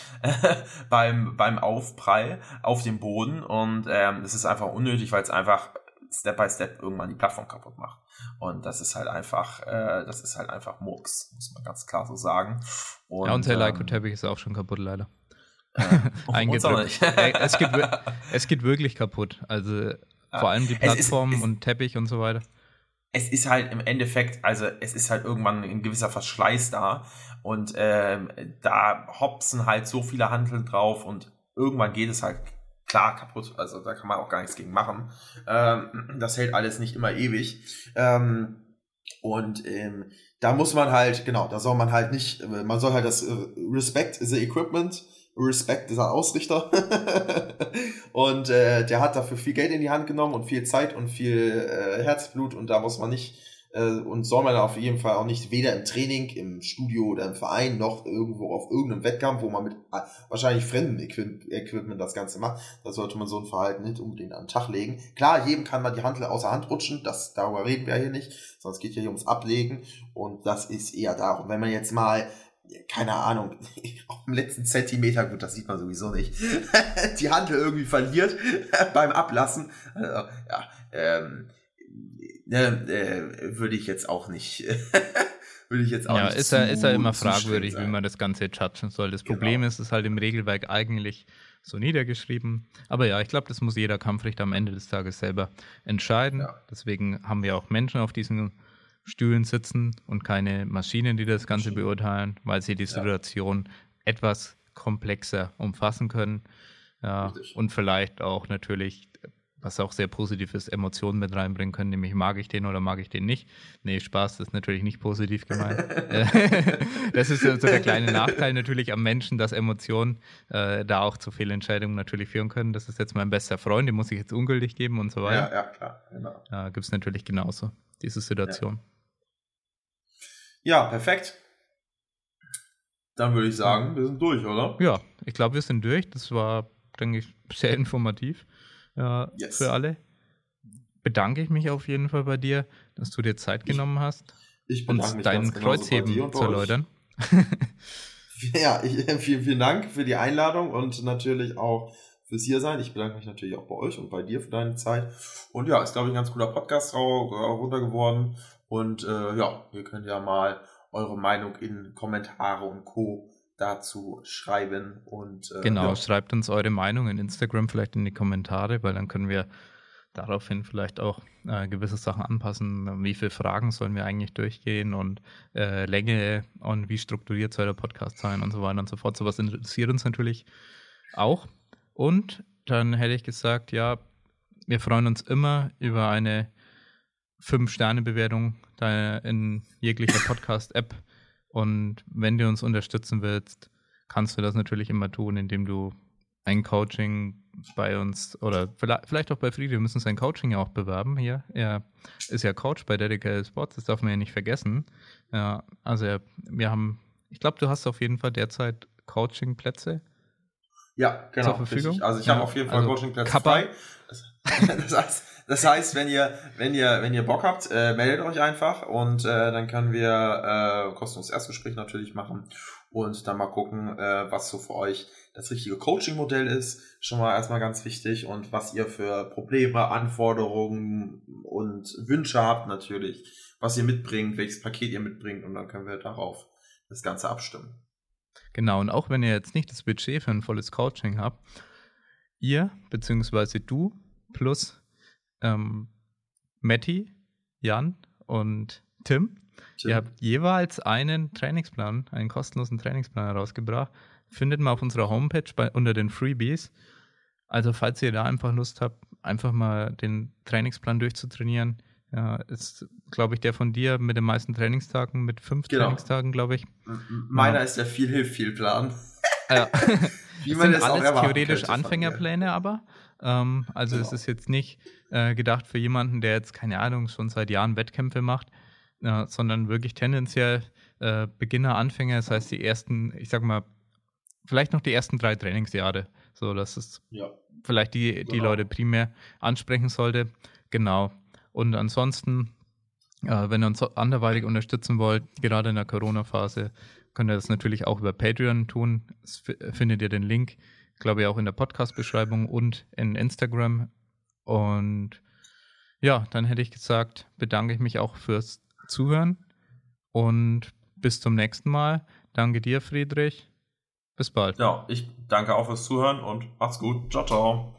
beim, beim Aufprall auf dem Boden und ähm, das ist einfach unnötig, weil es einfach Step by Step irgendwann die Plattform kaputt macht und das ist halt einfach äh, das ist halt einfach Murks, muss man ganz klar so sagen. Und, ja, und der ähm, Leico-Teppich ist auch schon kaputt, leider. äh, Eingedrückt. nicht. Ey, es, geht, wir- es geht wirklich kaputt. Also vor allem die Es ist- Plattformen es- und Teppich und so weiter. Es ist halt im Endeffekt, also es ist halt irgendwann ein gewisser Verschleiß da und ähm, da hopsen halt so viele Hanteln drauf und irgendwann geht es halt klar kaputt, also da kann man auch gar nichts gegen machen. Ähm, das hält alles nicht immer ewig. Ähm, und ähm, da muss man halt, genau, da soll man halt nicht, man soll halt das äh, Respect the Equipment, Respect dieser Ausrichter. Und äh, der hat dafür viel Geld in die Hand genommen und viel Zeit und viel äh, Herzblut und da muss man nicht äh, und soll man auf jeden Fall auch nicht weder im Training, im Studio oder im Verein noch irgendwo auf irgendeinem Wettkampf, wo man mit äh, wahrscheinlich fremdem Equi- Equipment das Ganze macht, da sollte man so ein Verhalten nicht unbedingt an den Tag legen. Klar, jedem kann man die Hantel außer Hand rutschen, das, darüber reden wir hier nicht, sondern es geht ja hier ums Ablegen und das ist eher darum, wenn man jetzt mal keine Ahnung, auf dem letzten Zentimeter, gut, das sieht man sowieso nicht, die Hantel irgendwie verliert beim Ablassen. Also, ja, ähm, ne, äh, würde ich jetzt auch nicht, würde ich jetzt auch Ja, nicht ist zu, ja, ist ja immer zu streng fragwürdig, sein. wie man das Ganze judgen soll. Das Genau. Problem ist, es ist halt im Regelwerk eigentlich so niedergeschrieben. Aber ja, ich glaube, das muss jeder Kampfrichter am Ende des Tages selber entscheiden. Ja. Deswegen haben wir auch Menschen auf diesen Stühlen sitzen und keine Maschinen, die das Ganze Maschinen. beurteilen, weil sie die Ja. Situation etwas komplexer umfassen können. Ja, Richtig. und vielleicht auch natürlich, was auch sehr positiv ist, Emotionen mit reinbringen können, nämlich mag ich den oder mag ich den nicht. Nee, Spaß, das ist natürlich nicht positiv gemeint. Das ist so der kleine Nachteil natürlich am Menschen, dass Emotionen äh, da auch zu Fehlentscheidungen natürlich führen können. Das ist jetzt mein bester Freund, den muss ich jetzt ungültig geben und so weiter. Ja, ja, klar, genau. Da gibt es natürlich genauso diese Situation. Ja, perfekt. Dann würde ich sagen, wir sind durch, oder? Ja, ich glaube, wir sind durch. Das war, denke ich, sehr informativ äh, Yes. für alle. Bedanke ich mich auf jeden Fall bei dir, dass du dir Zeit genommen hast, Ich uns bedanke mich deinen ganz genauso bei Kreuzheben dir und zu bei euch. erläutern. Ja, ich, vielen, vielen Dank für die Einladung und natürlich auch fürs Hiersein. Ich bedanke mich natürlich auch bei euch und bei dir für deine Zeit. Und ja, ist, glaube ich, ein ganz cooler Podcast runter geworden. Und äh, ja, ihr könnt ja mal eure Meinung in Kommentare und Co. dazu schreiben. Und äh, Genau, ja. schreibt uns eure Meinung in Instagram vielleicht in die Kommentare, weil dann können wir daraufhin vielleicht auch äh, gewisse Sachen anpassen. Wie viele Fragen sollen wir eigentlich durchgehen und äh, Länge und wie strukturiert soll der Podcast sein und so weiter und so fort. Sowas interessiert uns natürlich auch. Und dann hätte ich gesagt, ja, wir freuen uns immer über eine fünf Sterne Bewertung da in jeglicher Podcast-App. Und wenn du uns unterstützen willst, kannst du das natürlich immer tun, indem du ein Coaching bei uns oder vielleicht auch bei Friede, wir müssen sein Coaching ja auch bewerben hier. Er ist ja Coach bei Dedicated Sports, das darf man ja nicht vergessen. Ja, also wir haben, ich glaube, du hast auf jeden Fall derzeit Coachingplätze. Ja, genau. Zur Verfügung. Richtig. Also ich ja, habe auf jeden Fall also Coachingplätze Kappa. frei. Das, das, heißt, das heißt, wenn ihr, wenn ihr, wenn ihr Bock habt, äh, meldet euch einfach und äh, dann können wir äh, kostenloses Erstgespräch natürlich machen und dann mal gucken, äh, was so für euch das richtige Coaching-Modell ist. Schon mal erstmal ganz wichtig und was ihr für Probleme, Anforderungen und Wünsche habt natürlich, was ihr mitbringt, welches Paket ihr mitbringt und dann können wir darauf das Ganze abstimmen. Genau, und auch wenn ihr jetzt nicht das Budget für ein volles Coaching habt, ihr beziehungsweise du plus ähm, Matti, Jan und Tim, Tim, ihr habt jeweils einen Trainingsplan, einen kostenlosen Trainingsplan herausgebracht. Findet man auf unserer Homepage bei, unter den Freebies. Also falls ihr da einfach Lust habt, einfach mal den Trainingsplan durchzutrainieren, ja, ist, glaube ich, der von dir mit den meisten Trainingstagen, mit fünf genau. Trainingstagen, glaube ich. Meiner ja. ist der viel hilft viel Plan. Ja. Wie das man sind das alles auch theoretisch könnte, Anfängerpläne, aber ähm, also genau. Es ist jetzt nicht äh, gedacht für jemanden, der jetzt, keine Ahnung, schon seit Jahren Wettkämpfe macht, äh, sondern wirklich tendenziell äh, Beginner, Anfänger, das heißt die ersten, ich sag mal, vielleicht noch die ersten drei Trainingsjahre, so dass es ja. vielleicht die, die genau. Leute primär ansprechen sollte. Genau. Und ansonsten, äh, wenn ihr uns anderweitig unterstützen wollt, gerade in der Corona-Phase, könnt ihr das natürlich auch über Patreon tun. Das f- findet ihr den Link, glaube ich, auch in der Podcast-Beschreibung und in Instagram. Und ja, dann hätte ich gesagt, bedanke ich mich auch fürs Zuhören und bis zum nächsten Mal. Danke dir, Friedrich. Bis bald. Ja, ich danke auch fürs Zuhören und macht's gut. Ciao, ciao.